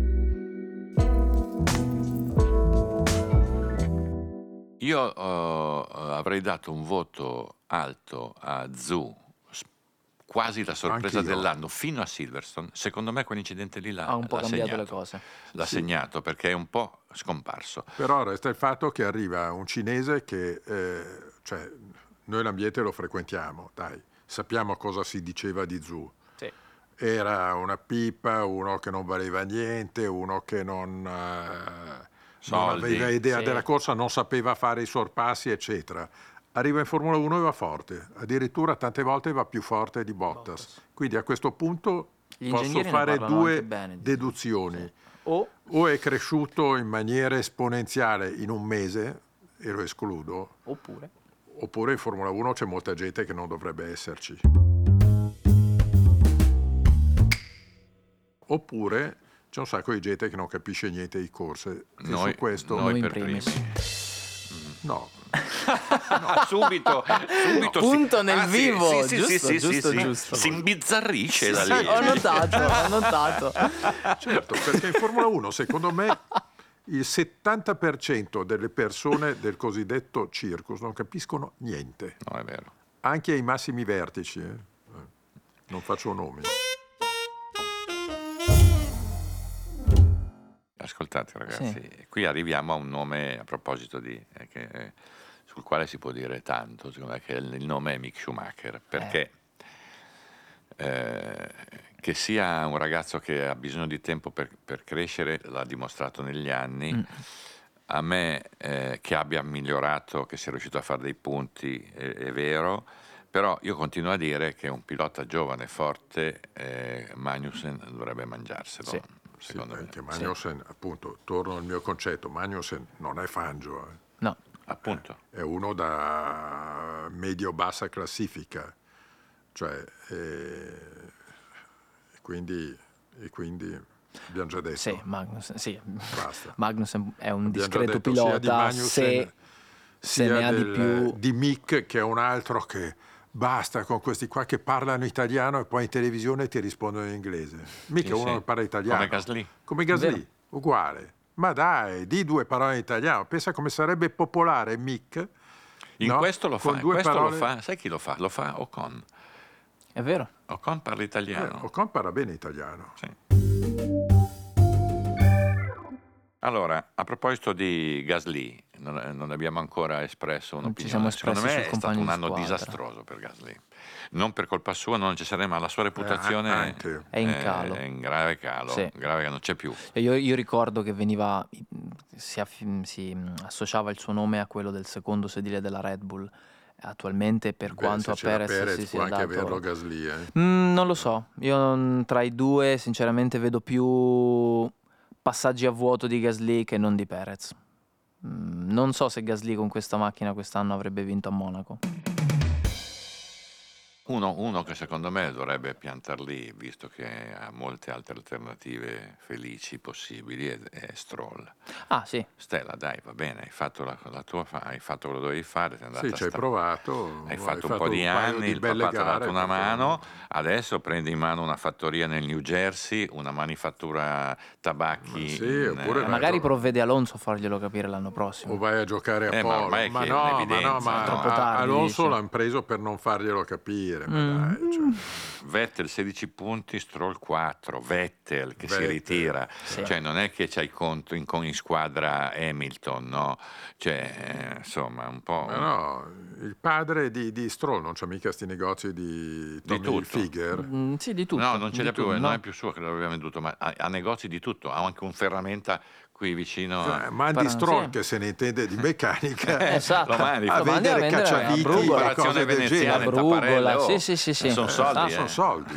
B: Io eh, avrei dato un voto alto a Zhou, s- quasi la sorpresa
C: Anch'io.
B: dell'anno, fino a Silverstone. Secondo me quell'incidente lì l'ha,
A: Ha un po'
B: l'ha
A: cambiato
B: segnato.
A: le cose.
B: L'ha
C: Sì.
B: segnato perché è un po' scomparso.
C: Però resta il fatto che arriva un cinese che, eh, cioè, noi l'ambiente lo frequentiamo, dai, sappiamo cosa si diceva di Zhou.
A: Sì.
C: Era una pipa, uno che non valeva niente, uno che non, eh, non
B: Soldi.
C: aveva idea
A: Sì.
C: della corsa, non sapeva fare i sorpassi, eccetera. Arriva in Formula uno e va forte, addirittura tante volte va più forte di Bottas.
A: Bottas.
C: Quindi a questo punto
A: Gli
C: posso
A: ingegneri ne
C: fare
A: parlano
C: due
A: anche bene di
C: deduzioni.
A: Sì. O
C: O è cresciuto in maniera esponenziale in un mese, e lo escludo,
A: oppure
C: oppure in Formula uno c'è molta gente che non dovrebbe esserci. Oppure c'è un sacco di gente che non capisce niente di corse. E
B: Noi,
C: su questo
B: noi
A: Noi in
B: per
A: primis.
B: primi.
C: no.
B: No, subito, subito
A: Punto
B: si,
A: nel
B: ah,
A: vivo,
B: sì, sì,
A: giusto,
B: sì,
A: giusto,
B: sì,
A: giusto.
B: si imbizzarrisce da
A: Sì,
B: lì.
A: ho notato, ho notato.
C: Certo, perché in Formula uno, secondo me, il settanta per cento delle persone del cosiddetto circus non capiscono niente,
B: No, è vero.
C: anche ai massimi vertici. eh. Eh, Non faccio nomi.
B: Ascoltate ragazzi,
A: Sì.
B: qui arriviamo a un nome a proposito di eh, che, eh, sul quale si può dire tanto, secondo me, che il, il nome è Mick Schumacher, perché eh, che sia un ragazzo che ha bisogno di tempo per, per crescere, l'ha dimostrato negli anni.
A: Mm.
B: A me eh, che abbia migliorato, che sia riuscito a fare dei punti, è, è vero, però io continuo a dire che un pilota giovane, forte, eh, Magnussen dovrebbe mangiarselo.
A: Sì.
C: Sì,
B: Secondo me.
C: perché Magnussen, appunto, torno al mio concetto, Magnussen non è Fangio, eh.
A: No,
B: Appunto.
C: È uno da medio-bassa classifica, cioè, eh, e quindi, e quindi abbiamo già detto,
A: sì, Magnussen, sì.
C: basta.
A: Magnussen è un
C: Abbiamo già
A: discreto
C: detto sia di
A: pilota,
C: Magnussen,
A: se, se
C: sia
A: ne ha di
C: del-
A: più...
C: di Mick, che è un altro che basta con questi qua che parlano italiano e poi in televisione ti rispondono in inglese. Mick
B: Sì,
C: è uno
B: sì.
C: che parla italiano.
B: Come Gasly.
C: Come Gasly,
A: Vero.
C: uguale. Ma dai, di due parole in italiano. Pensa come sarebbe popolare Mick.
B: In
C: no?
B: questo lo fa,
C: Con
B: in
C: due
B: questo
C: parole...
B: lo fa, sai chi lo fa? Lo fa Ocon.
A: È vero.
B: Ocon parla
C: Eh,
B: italiano.
C: Ocon parla bene italiano.
B: Sì. Allora, a proposito di Gasly, non, non abbiamo ancora espresso
A: Non ci siamo
B: un'opinione. Secondo
A: espressi
B: me
A: sul
B: è stato
A: compagno
B: un
A: di
B: anno
A: squadra.
B: disastroso per Gasly. Non per colpa sua, non necessariamente, ma la sua reputazione
C: Eh, anche.
A: È in calo.
B: È in grave calo,
A: Sì.
B: grave che non c'è più.
A: Io, io ricordo che veniva, si, aff- si associava il suo nome a quello del secondo sedile della Red Bull. Attualmente, per
C: Beh,
A: quanto
C: se
A: a
C: c'era
A: Perez,
C: Perez
A: si
C: può
A: sia
C: anche
A: dato...
C: averlo Gasly. Eh.
A: Mm, non lo so, io non- tra i due sinceramente vedo più passaggi a vuoto di Gasly che non di Perez. Mm, non so se Gasly con questa macchina quest'anno avrebbe vinto a Monaco.
B: Uno, uno che secondo me dovrebbe piantar lì, visto che ha molte altre alternative felici possibili, è, è Stroll.
A: Ah sì,
B: Stella, dai, va bene, hai fatto la, la tua, fa- hai fatto quello che dovevi fare, sei andata
C: Sì,
B: a
C: ci hai
B: sta-
C: provato.
B: Hai fatto un po'
C: un
B: di
C: paio
B: anni,
C: di
B: il
C: belle
B: papà ti ha dato
C: gare,
B: una
C: perché-
B: mano, adesso prendi in mano una fattoria nel New Jersey, una manifattura tabacchi.
C: Ma sì,
B: in-
C: oppure
A: eh,
C: vai
A: magari
C: a gio-
A: provvede Alonso a farglielo capire l'anno
C: O
A: prossimo.
C: vai a giocare a
B: Eh, ma
C: polo.
B: ormai è
C: Ma
B: che è
C: no, ma no,
B: un'evidenza,
C: ma
B: no?
A: Troppo
C: a-
A: tardi,
C: Alonso
A: dici?
C: l'hanno preso per non farglielo capire. Ma
A: Mm.
C: dai, cioè,
B: Vettel sedici punti, Stroll quattro, Vettel che si
C: Vettel,
B: ritira,
A: sì.
B: cioè non è che c'hai conto in, con in squadra Hamilton, no? Cioè, eh, insomma, un po'...
C: ma no, il padre di, di Stroll non c'ha mica sti negozi di Tommy
B: tutto.
C: Hilfiger.
A: Mm, sì, di tutto.
B: No, non ce
A: di
B: l'ha più,
A: tutto,
B: non
A: no.
B: è più suo che l'aveva venduto, ma ha, ha negozi di tutto, ha anche un ferramenta qui vicino a...
C: Cioè, mandi
A: Parla-
C: Stroll
A: sì.
C: che se ne intende di meccanica
B: Eh,
A: Esatto.
B: lo mandi,
C: a
A: Lo mandi a
C: vendere
A: vendere a
C: cacciaviti
A: Brugola.
C: e cose
B: Riparazione
C: del
B: veneziana
C: genere.
B: e
A: Brugola,
B: tapparelle, oh.
A: sì, sì, sì, sì.
B: Eh, sono
A: Eh,
B: soldi,
C: Ah,
B: eh.
C: sono soldi.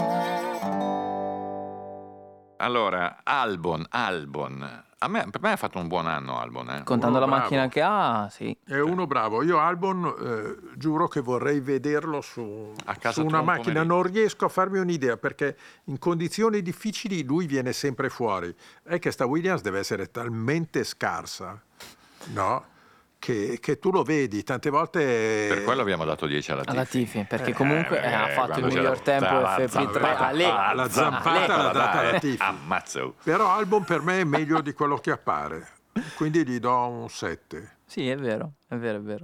B: Allora, Albon, Albon. A me, per me ha fatto un buon anno Albon, eh.
A: Contando
C: Uno
A: la
C: bravo.
A: macchina che ha, sì.
C: È uno bravo. Io Albon eh, giuro che vorrei vederlo su,
B: A casa
C: su
B: tua
C: una
B: un
C: macchina.
B: pomeriggio.
C: Non riesco a farmi un'idea perché in condizioni difficili lui viene sempre fuori. È che sta Williams deve essere talmente scarsa, no? Che, che tu lo vedi tante volte.
B: Per quello abbiamo dato dieci alla
A: Alla
B: Tiffy.
A: Tiffy, perché comunque eh, ha
B: Eh,
A: fatto il
B: quando c'era-
A: miglior tempo
B: la
A: F P tre
B: zampata-
A: a lei.
B: ah,
C: La
B: la
C: zampata l'ha data
B: dai,
C: la
B: eh.
C: Tiffy.
B: Ammazzo.
C: Però Albon per me è meglio di quello che appare. Quindi gli do un sette.
A: Sì, è vero, è vero, è vero.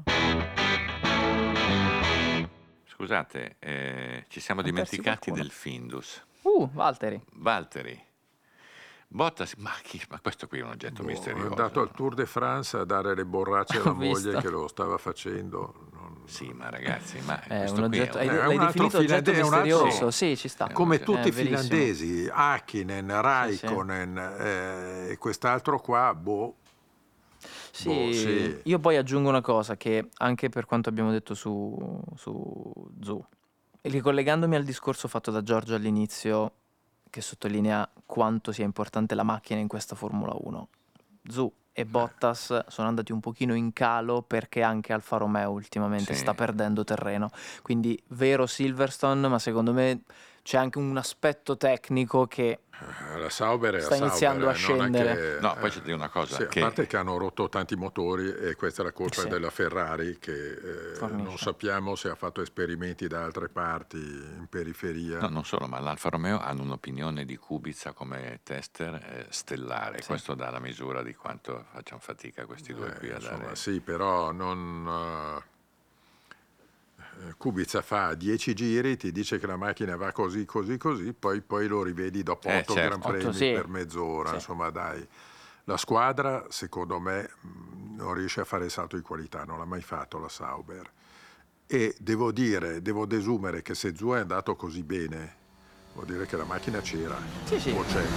B: Scusate, eh, ci siamo
A: Han persi
B: dimenticati
A: qualcuno.
B: del Findus.
A: Uh, Valtteri.
B: Valtteri. Bottas, ma, chi, ma questo qui è un oggetto
C: Boh, è
B: misterioso.
C: andato al Tour de France a dare le borracce alla
A: Ho visto.
C: moglie che lo stava facendo. Non-
B: Sì, ma ragazzi, ma
A: È
B: questo
A: un
B: qui
A: oggetto,
B: è
A: hai,
B: un-
C: è
A: l'hai
C: un altro
A: definito oggetto
C: finlande- è un altro-
A: misterioso, sì, ci sta.
C: Come
B: Eh,
C: tutti i
A: verissimo.
C: finlandesi, Hakkinen, Raikkonen eh, e quest'altro qua, boh.
A: Sì,
C: Boh, sì.
A: io poi aggiungo una cosa che anche per quanto abbiamo detto su, su Zhou, ricollegandomi al discorso fatto da Giorgio all'inizio, che sottolinea quanto sia importante la macchina in questa Formula uno. Zhou e Bottas sono andati un pochino in calo perché anche Alfa Romeo ultimamente
B: Sì.
A: sta perdendo terreno. Quindi vero Silverstone, ma secondo me c'è anche un aspetto tecnico che
C: La Sauber è
A: sta
C: la
A: iniziando
C: Sauber,
A: a
C: non è
A: scendere.
C: che-
B: No, poi c'è da dire una cosa,
C: Sì,
B: che
C: a parte che hanno rotto tanti motori e questa è la colpa
A: Sì.
C: della Ferrari che eh,
A: Fornisce.
C: non sappiamo se ha fatto esperimenti da altre parti in periferia.
B: no, non solo, ma l'Alfa Romeo hanno un'opinione di Kubica come tester eh, stellare,
A: Sì.
B: questo dà la misura di quanto facciano fatica questi due
C: Eh,
B: qui a
C: insomma,
B: dare...
C: sì, però non eh, Kubica fa dieci giri, ti dice che la macchina va così, così, così, poi, poi lo rivedi dopo
B: Eh,
C: otto
B: certo.
C: Gran Premi
A: Otto, sì.
C: per mezz'ora.
A: Sì.
C: Insomma, dai. La squadra, secondo me, mh, non riesce a fare il salto di qualità, non l'ha mai fatto la Sauber. E devo dire, devo desumere che se Zhou è andato così bene, vuol dire che la macchina c'era.
A: Sì, sì.
C: O c'è.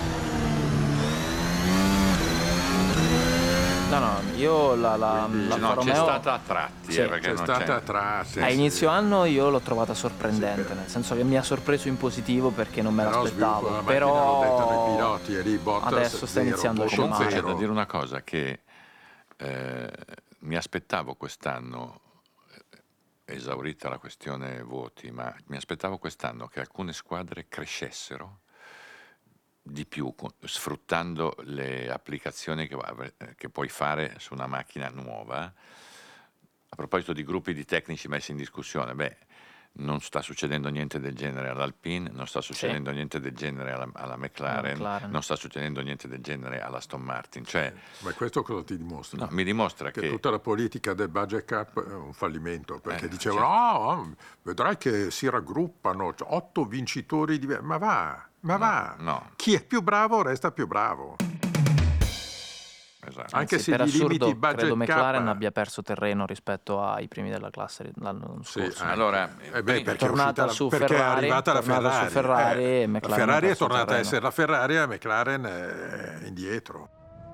A: No, no, io la, la,
C: Quindi-
A: l'Alfa
B: No, c'è
A: Romeo
B: stata a tratti,
A: Sì.
B: eh, perché
C: C'è
B: non
C: stata
B: c'è...
C: a tratti.
A: a
C: sì.
A: inizio anno io l'ho trovata sorprendente,
C: Sì, per-
A: nel senso che mi ha sorpreso in positivo perché non me
C: Però
A: l'aspettavo.
C: sviluppo la macchina lo dettano i
A: Però
C: piloti e lì Bottas
A: adesso sta
C: zero,
A: iniziando a
C: Bottas
B: Comunque c'è
A: scemare.
B: da
C: zero.
B: dire una cosa, che eh, mi aspettavo quest'anno, eh, esaurita la questione voti, ma mi aspettavo quest'anno che alcune squadre crescessero di più, co- sfruttando le applicazioni che, avre- che puoi fare su una macchina nuova. A proposito di gruppi di tecnici messi in discussione, beh, non sta succedendo niente del genere all'Alpine, non sta succedendo niente del genere alla, alla McLaren,
A: McLaren.
B: non sta succedendo niente del genere alla Aston Martin. Cioè,
C: Ma questo cosa ti dimostra?
B: no, mi dimostra
C: Che
B: che...
C: tutta la politica del budget cap è un fallimento, perché
B: Eh,
C: dicevano
B: certo.
C: "Ah, vedrai che si raggruppano otto vincitori diversi", ma va, ma
B: No,
C: va,
B: no.
C: chi è più bravo resta più bravo.
B: Esatto.
C: Anche
A: Anzi,
C: se
A: per
C: gli limiti
A: assurdo
C: il budget
A: credo McLaren
C: cap-
A: abbia perso terreno rispetto ai primi della classe l'anno
C: Sì,
A: scorso.
C: anche.
B: Allora,
C: Eh beh,
B: prima-
C: perché
A: È tornata
C: uscita la-
A: su
C: perché
A: Ferrari,
C: è arrivata la
A: tornata su
C: Ferrari,
A: Ferrari
C: eh,
A: e
C: la
A: McLaren ha
C: Ferrari è
A: perso
C: tornata a
A: terreno.
C: essere la Ferrari e McLaren è indietro.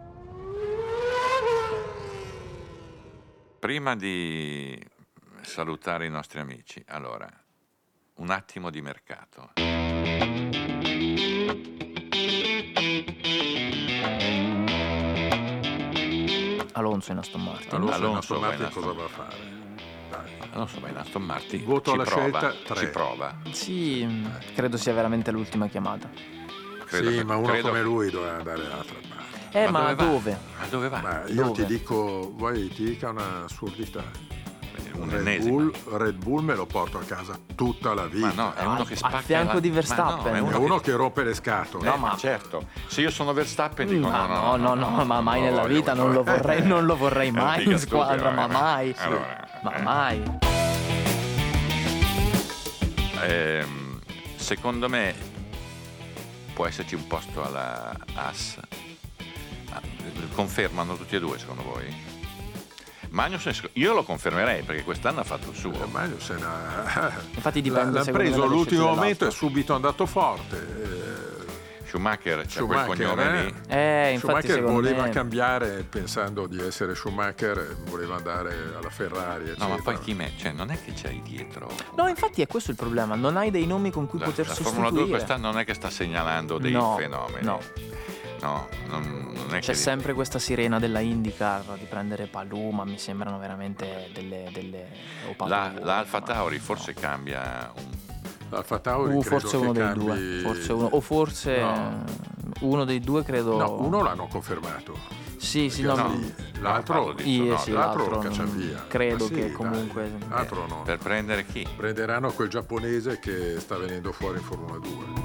B: Prima di salutare i nostri amici, allora, un attimo di mercato.
A: Alonso in Aston Martin.
C: Alonso, in
B: Alonso
C: Aston
B: va in
C: Martin
B: Aston-
C: cosa va a fare? Dai.
B: Non so, ma in Aston Martin
C: Voto
B: ci
C: alla
B: prova,
C: scelta, tre.
B: ci prova.
A: Sì, credo sia veramente l'ultima chiamata.
B: Credo
C: sì,
B: che-
C: ma uno
B: credo
C: come
B: che-
C: lui doveva andare dall'altra parte.
A: Eh, ma,
B: va?
A: dove?
B: Ma dove va?
C: Ma io
A: Dove?
C: ti dico, vuoi ti dica un'assurdità? Red
B: Un'ennesima.
C: Bull, Red Bull me lo porto a casa tutta la vita.
B: Ma no, è uno che
A: A
B: spacca
A: fianco
B: la-
A: di
B: ma
A: Verstappen.
B: no, è
C: È
B: uno,
C: uno
B: che...
C: che rompe le scatole.
B: No,
A: No,
B: ma
A: ma-
B: certo, se io sono Verstappen dico
A: Ma
B: no, no,
A: no, no, no, ma mai
C: no,
A: nella
C: voglio-
A: vita non lo vorrei, non lo vorrei
B: Eh,
A: mai
B: dica
A: in
B: tu,
A: squadra,
B: però,
A: ma
B: eh.
A: mai.
B: Allora,
A: Ma
B: eh.
A: mai.
B: Ehm, secondo me può esserci un posto alla Haas. Ah, confermano tutti e due, secondo voi? Magnussen, io lo confermerei perché quest'anno ha fatto il suo.
C: Eh, Magnussen ha-
A: Infatti dipende,
C: l'ha
A: secondo me,
C: preso
A: dalle
C: all'ultimo
A: scelte
C: momento, è
A: dell'Aston.
C: subito andato forte. Eh,
B: Schumacher, c'è quel
C: Schumacher,
B: cognome
C: eh?
B: lì.
A: Eh, infatti
C: Schumacher
A: secondo
C: voleva
A: me...
C: cambiare pensando di essere Schumacher, voleva andare alla Ferrari, eccetera.
B: No, ma poi chi me? Cioè, non è che c'hai dietro.
A: No, infatti è questo il problema, non hai dei nomi con cui
B: La,
A: poter
B: la
A: sostituire.
B: Formula due quest'anno non è che sta segnalando dei
A: No,
B: fenomeni.
A: no.
B: No, non, non è
A: C'è
B: che...
A: sempre questa sirena della IndyCar di prendere Palou, ma mi sembrano veramente delle... delle o
B: La,
A: Palou,
B: la Alfa
A: ma-
B: Tauri
A: no.
B: forse cambia un...
C: L'Alfa Tauri
A: Uh,
C: credo
A: forse
C: che
A: uno dei
C: cambi-
A: due, forse uno, o forse
C: No.
A: uno dei due credo...
C: No, uno l'hanno confermato.
A: Sì, sì,
C: Perché
A: no,
B: no.
C: sì,
B: No,
C: l'altro,
B: parlo di-
A: Sì,
B: no,
A: sì,
C: l'altro
A: l'altro
C: lo caccia
A: non-
C: via.
A: credo
C: Ma sì,
A: che
C: dai,
A: comunque-
C: l'altro no.
B: Per prendere chi?
C: Prenderanno quel giapponese che sta venendo fuori in Formula due.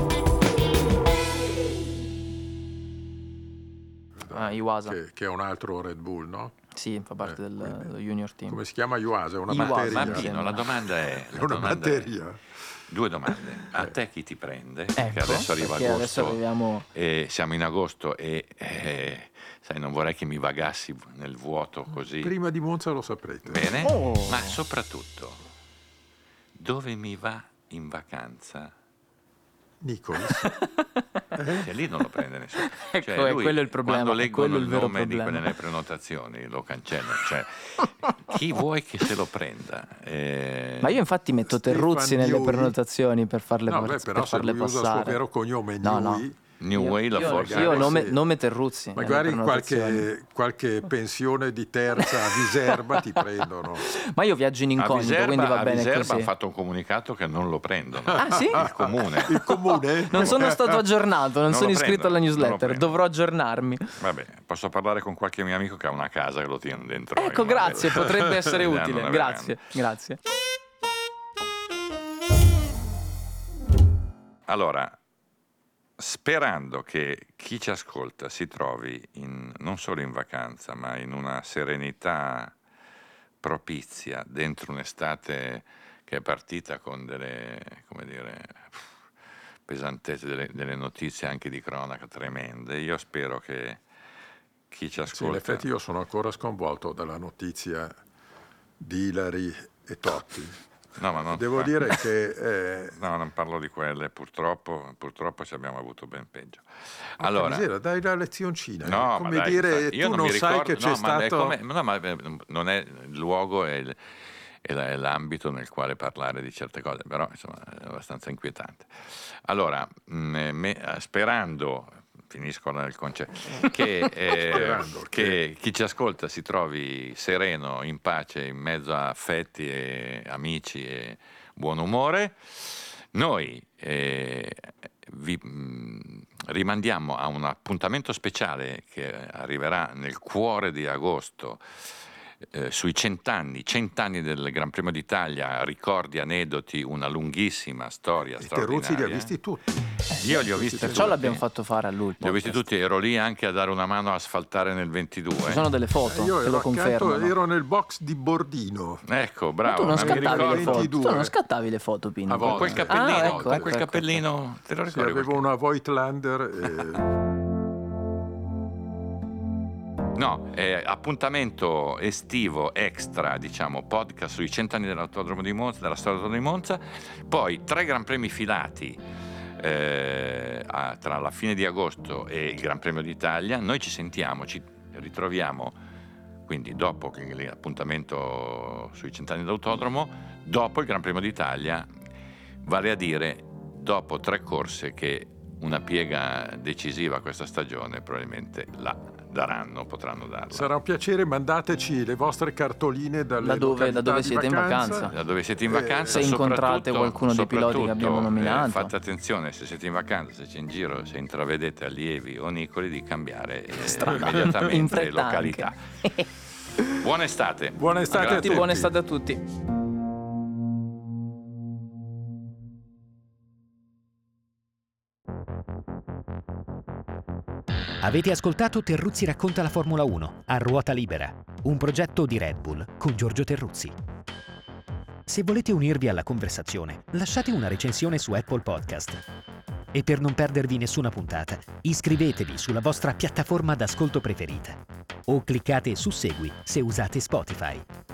A: Ah, Iwasa.
C: Che, che è un altro Red Bull, no?
A: Sì, fa parte
C: Eh,
A: del,
C: quindi-
A: dello junior team.
C: Come si chiama Iwasa? È una
A: Iwasa,
C: batteria.
A: sì.
B: Martino, la domanda è...
C: È
B: la
C: una
B: domanda è-
C: batteria.
B: Due domande. A te chi ti prende?
A: Ecco,
B: che adesso arriva
A: perché adesso
B: agosto.
A: arriviamo...
B: E siamo in agosto e... eh, sai, non vorrei che mi vagassi nel vuoto così.
C: Prima di Monza lo saprete.
B: Bene?
A: Oh.
B: Ma soprattutto, dove mi va in vacanza?
C: Nicolas.
B: Cioè, lì non lo prende nessuno.
A: Ecco,
B: Cioè,
A: è
B: lui,
A: quello il problema,
B: quando
A: è
B: leggono
A: quello il
B: il
A: vero
B: nome di
A: problema.
B: quelle nelle prenotazioni lo cancellano. Cioè, chi vuoi che se lo prenda? Eh,
A: Ma io infatti metto
C: Stefan
A: Terruzzi nelle
C: Diui.
A: prenotazioni per farle,
C: No,
A: par-
C: beh, però
A: per
C: se
A: farle
C: lui usa il suo
A: passare.
C: vero cognome
A: No, no,
C: Newey,
B: New
A: Io-
B: Whale
A: io-
B: forse.
A: Io nome,
C: sì.
A: nome Terruzzi. nelle
C: Magari
A: prenotazioni.
C: qualche, qualche pensione di terza a Viserba ti prendono.
A: Ma io viaggio in
B: A
A: incognito,
B: Viserba,
A: quindi va
B: a
A: bene
B: Viserba
A: così.
B: hanno fatto un comunicato che non lo prendono.
A: Ah, sì?
B: Il comune.
C: Il comune?
A: Non sono stato aggiornato, non,
B: Non
A: sono
B: lo
A: iscritto
B: prendono,
A: alla
B: non lo
A: newsletter,
B: prendono.
A: dovrò aggiornarmi.
B: Vabbè, posso parlare con qualche mio amico che ha una casa che lo tiene dentro.
A: Ecco,
B: in
A: grazie,
B: modo-
A: potrebbe essere
B: Ne hanno
A: utile.
B: una
A: Grazie, grazie.
B: Allora, sperando che chi ci ascolta si trovi in- non solo in vacanza, ma in una serenità propizia dentro un'estate che è partita con delle, come dire, pesantezze, delle, delle notizie anche di cronaca tremende, io spero che chi ci
C: Sì, in
B: ascolta...
C: effetti io sono ancora sconvolto dalla notizia di Ilary e Totti.
B: No, ma non-
C: Devo
B: ma-
C: dire che... eh,
B: No, non parlo di quelle, purtroppo, purtroppo ci abbiamo avuto ben peggio.
C: ma
B: Allora,
C: Misera, dai la lezioncina.
B: no,
C: è
B: ma
C: come
B: dai,
C: dire,
B: io
C: tu
B: non,
C: non
B: mi
C: sai
B: ricordo,
C: che c'è
B: no, ma è
C: stato...
B: come- no, ma è- non è il luogo e, il- e la- e l'ambito nel quale parlare di certe cose, però insomma è abbastanza inquietante. Allora, mh, me- sperando, finisco nel concetto, che, eh,
C: Sperando
B: che chi ci ascolta si trovi sereno, in pace, in mezzo a affetti e amici e buon umore, noi eh, vi mh, rimandiamo a un appuntamento speciale che arriverà nel cuore di agosto, eh, sui cent'anni, cent'anni del Gran Premio d'Italia, ricordi, aneddoti, una lunghissima storia
C: I
B: straordinaria.
C: Terruzzi li ha visti tutti.
B: Io li ho visti
A: Perciò
B: tutti.
A: l'abbiamo fatto fare a lui. il
B: Li ho visti
A: podcast.
B: tutti, ero lì anche a dare una mano a asfaltare nel
A: Ci
B: ventidue.
A: sono delle foto
C: Eh, io
A: che
C: ero
A: lo
C: accanto,
A: confermano.
C: ero nel box di Bordino.
B: Ecco,
A: Ma
B: bravo.
A: tu non
B: ma mi
A: scattavi le
B: ricordo-
A: foto. Tu
C: ventidue.
A: non scattavi le foto, Pini.
C: A
B: Con quel
C: volte.
B: cappellino,
A: Ah, ecco,
B: con
A: ecco,
B: quel
A: ecco,
B: cappellino, te lo
C: Sì,
B: ricordi?
C: avevo
B: quel-
C: una Voigtlander e...
B: No, eh, appuntamento estivo extra, diciamo, podcast sui cent'anni dell'autodromo di Monza, della storia dell'autodromo di Monza, poi tre gran premi filati eh, a- tra la fine di agosto e il Gran Premio d'Italia. Noi ci sentiamo, ci ritroviamo quindi dopo che- l'appuntamento sui cent'anni dell'autodromo, dopo il Gran Premio d'Italia, vale a dire dopo tre corse che una piega decisiva questa stagione probabilmente la daranno, potranno darla.
C: Sarà un piacere, mandateci le vostre cartoline dalle
A: Da dove-
C: località
A: da dove
C: di
A: siete in vacanza.
B: Da dove siete in
C: Eh,
B: vacanza,
A: se incontrate
B: soprattutto-
A: qualcuno dei piloti che abbiamo
B: soprattutto,
A: nominato.
B: eh, fate attenzione, se siete in vacanza, se c'è in giro, se intravedete allievi o nicoli, di cambiare eh,
A: Strada. In
B: immediatamente
A: fretta
B: località.
A: anche.
B: Buona estate.
C: Buona estate a
B: Grazie.
A: Tutti, buona estate a tutti.
D: Avete ascoltato Terruzzi racconta la Formula uno a ruota libera, un progetto di Red Bull con Giorgio Terruzzi. Se volete unirvi alla conversazione, lasciate una recensione su Apple Podcast. E per non perdervi nessuna puntata, iscrivetevi sulla vostra piattaforma d'ascolto preferita o cliccate su Segui se usate Spotify.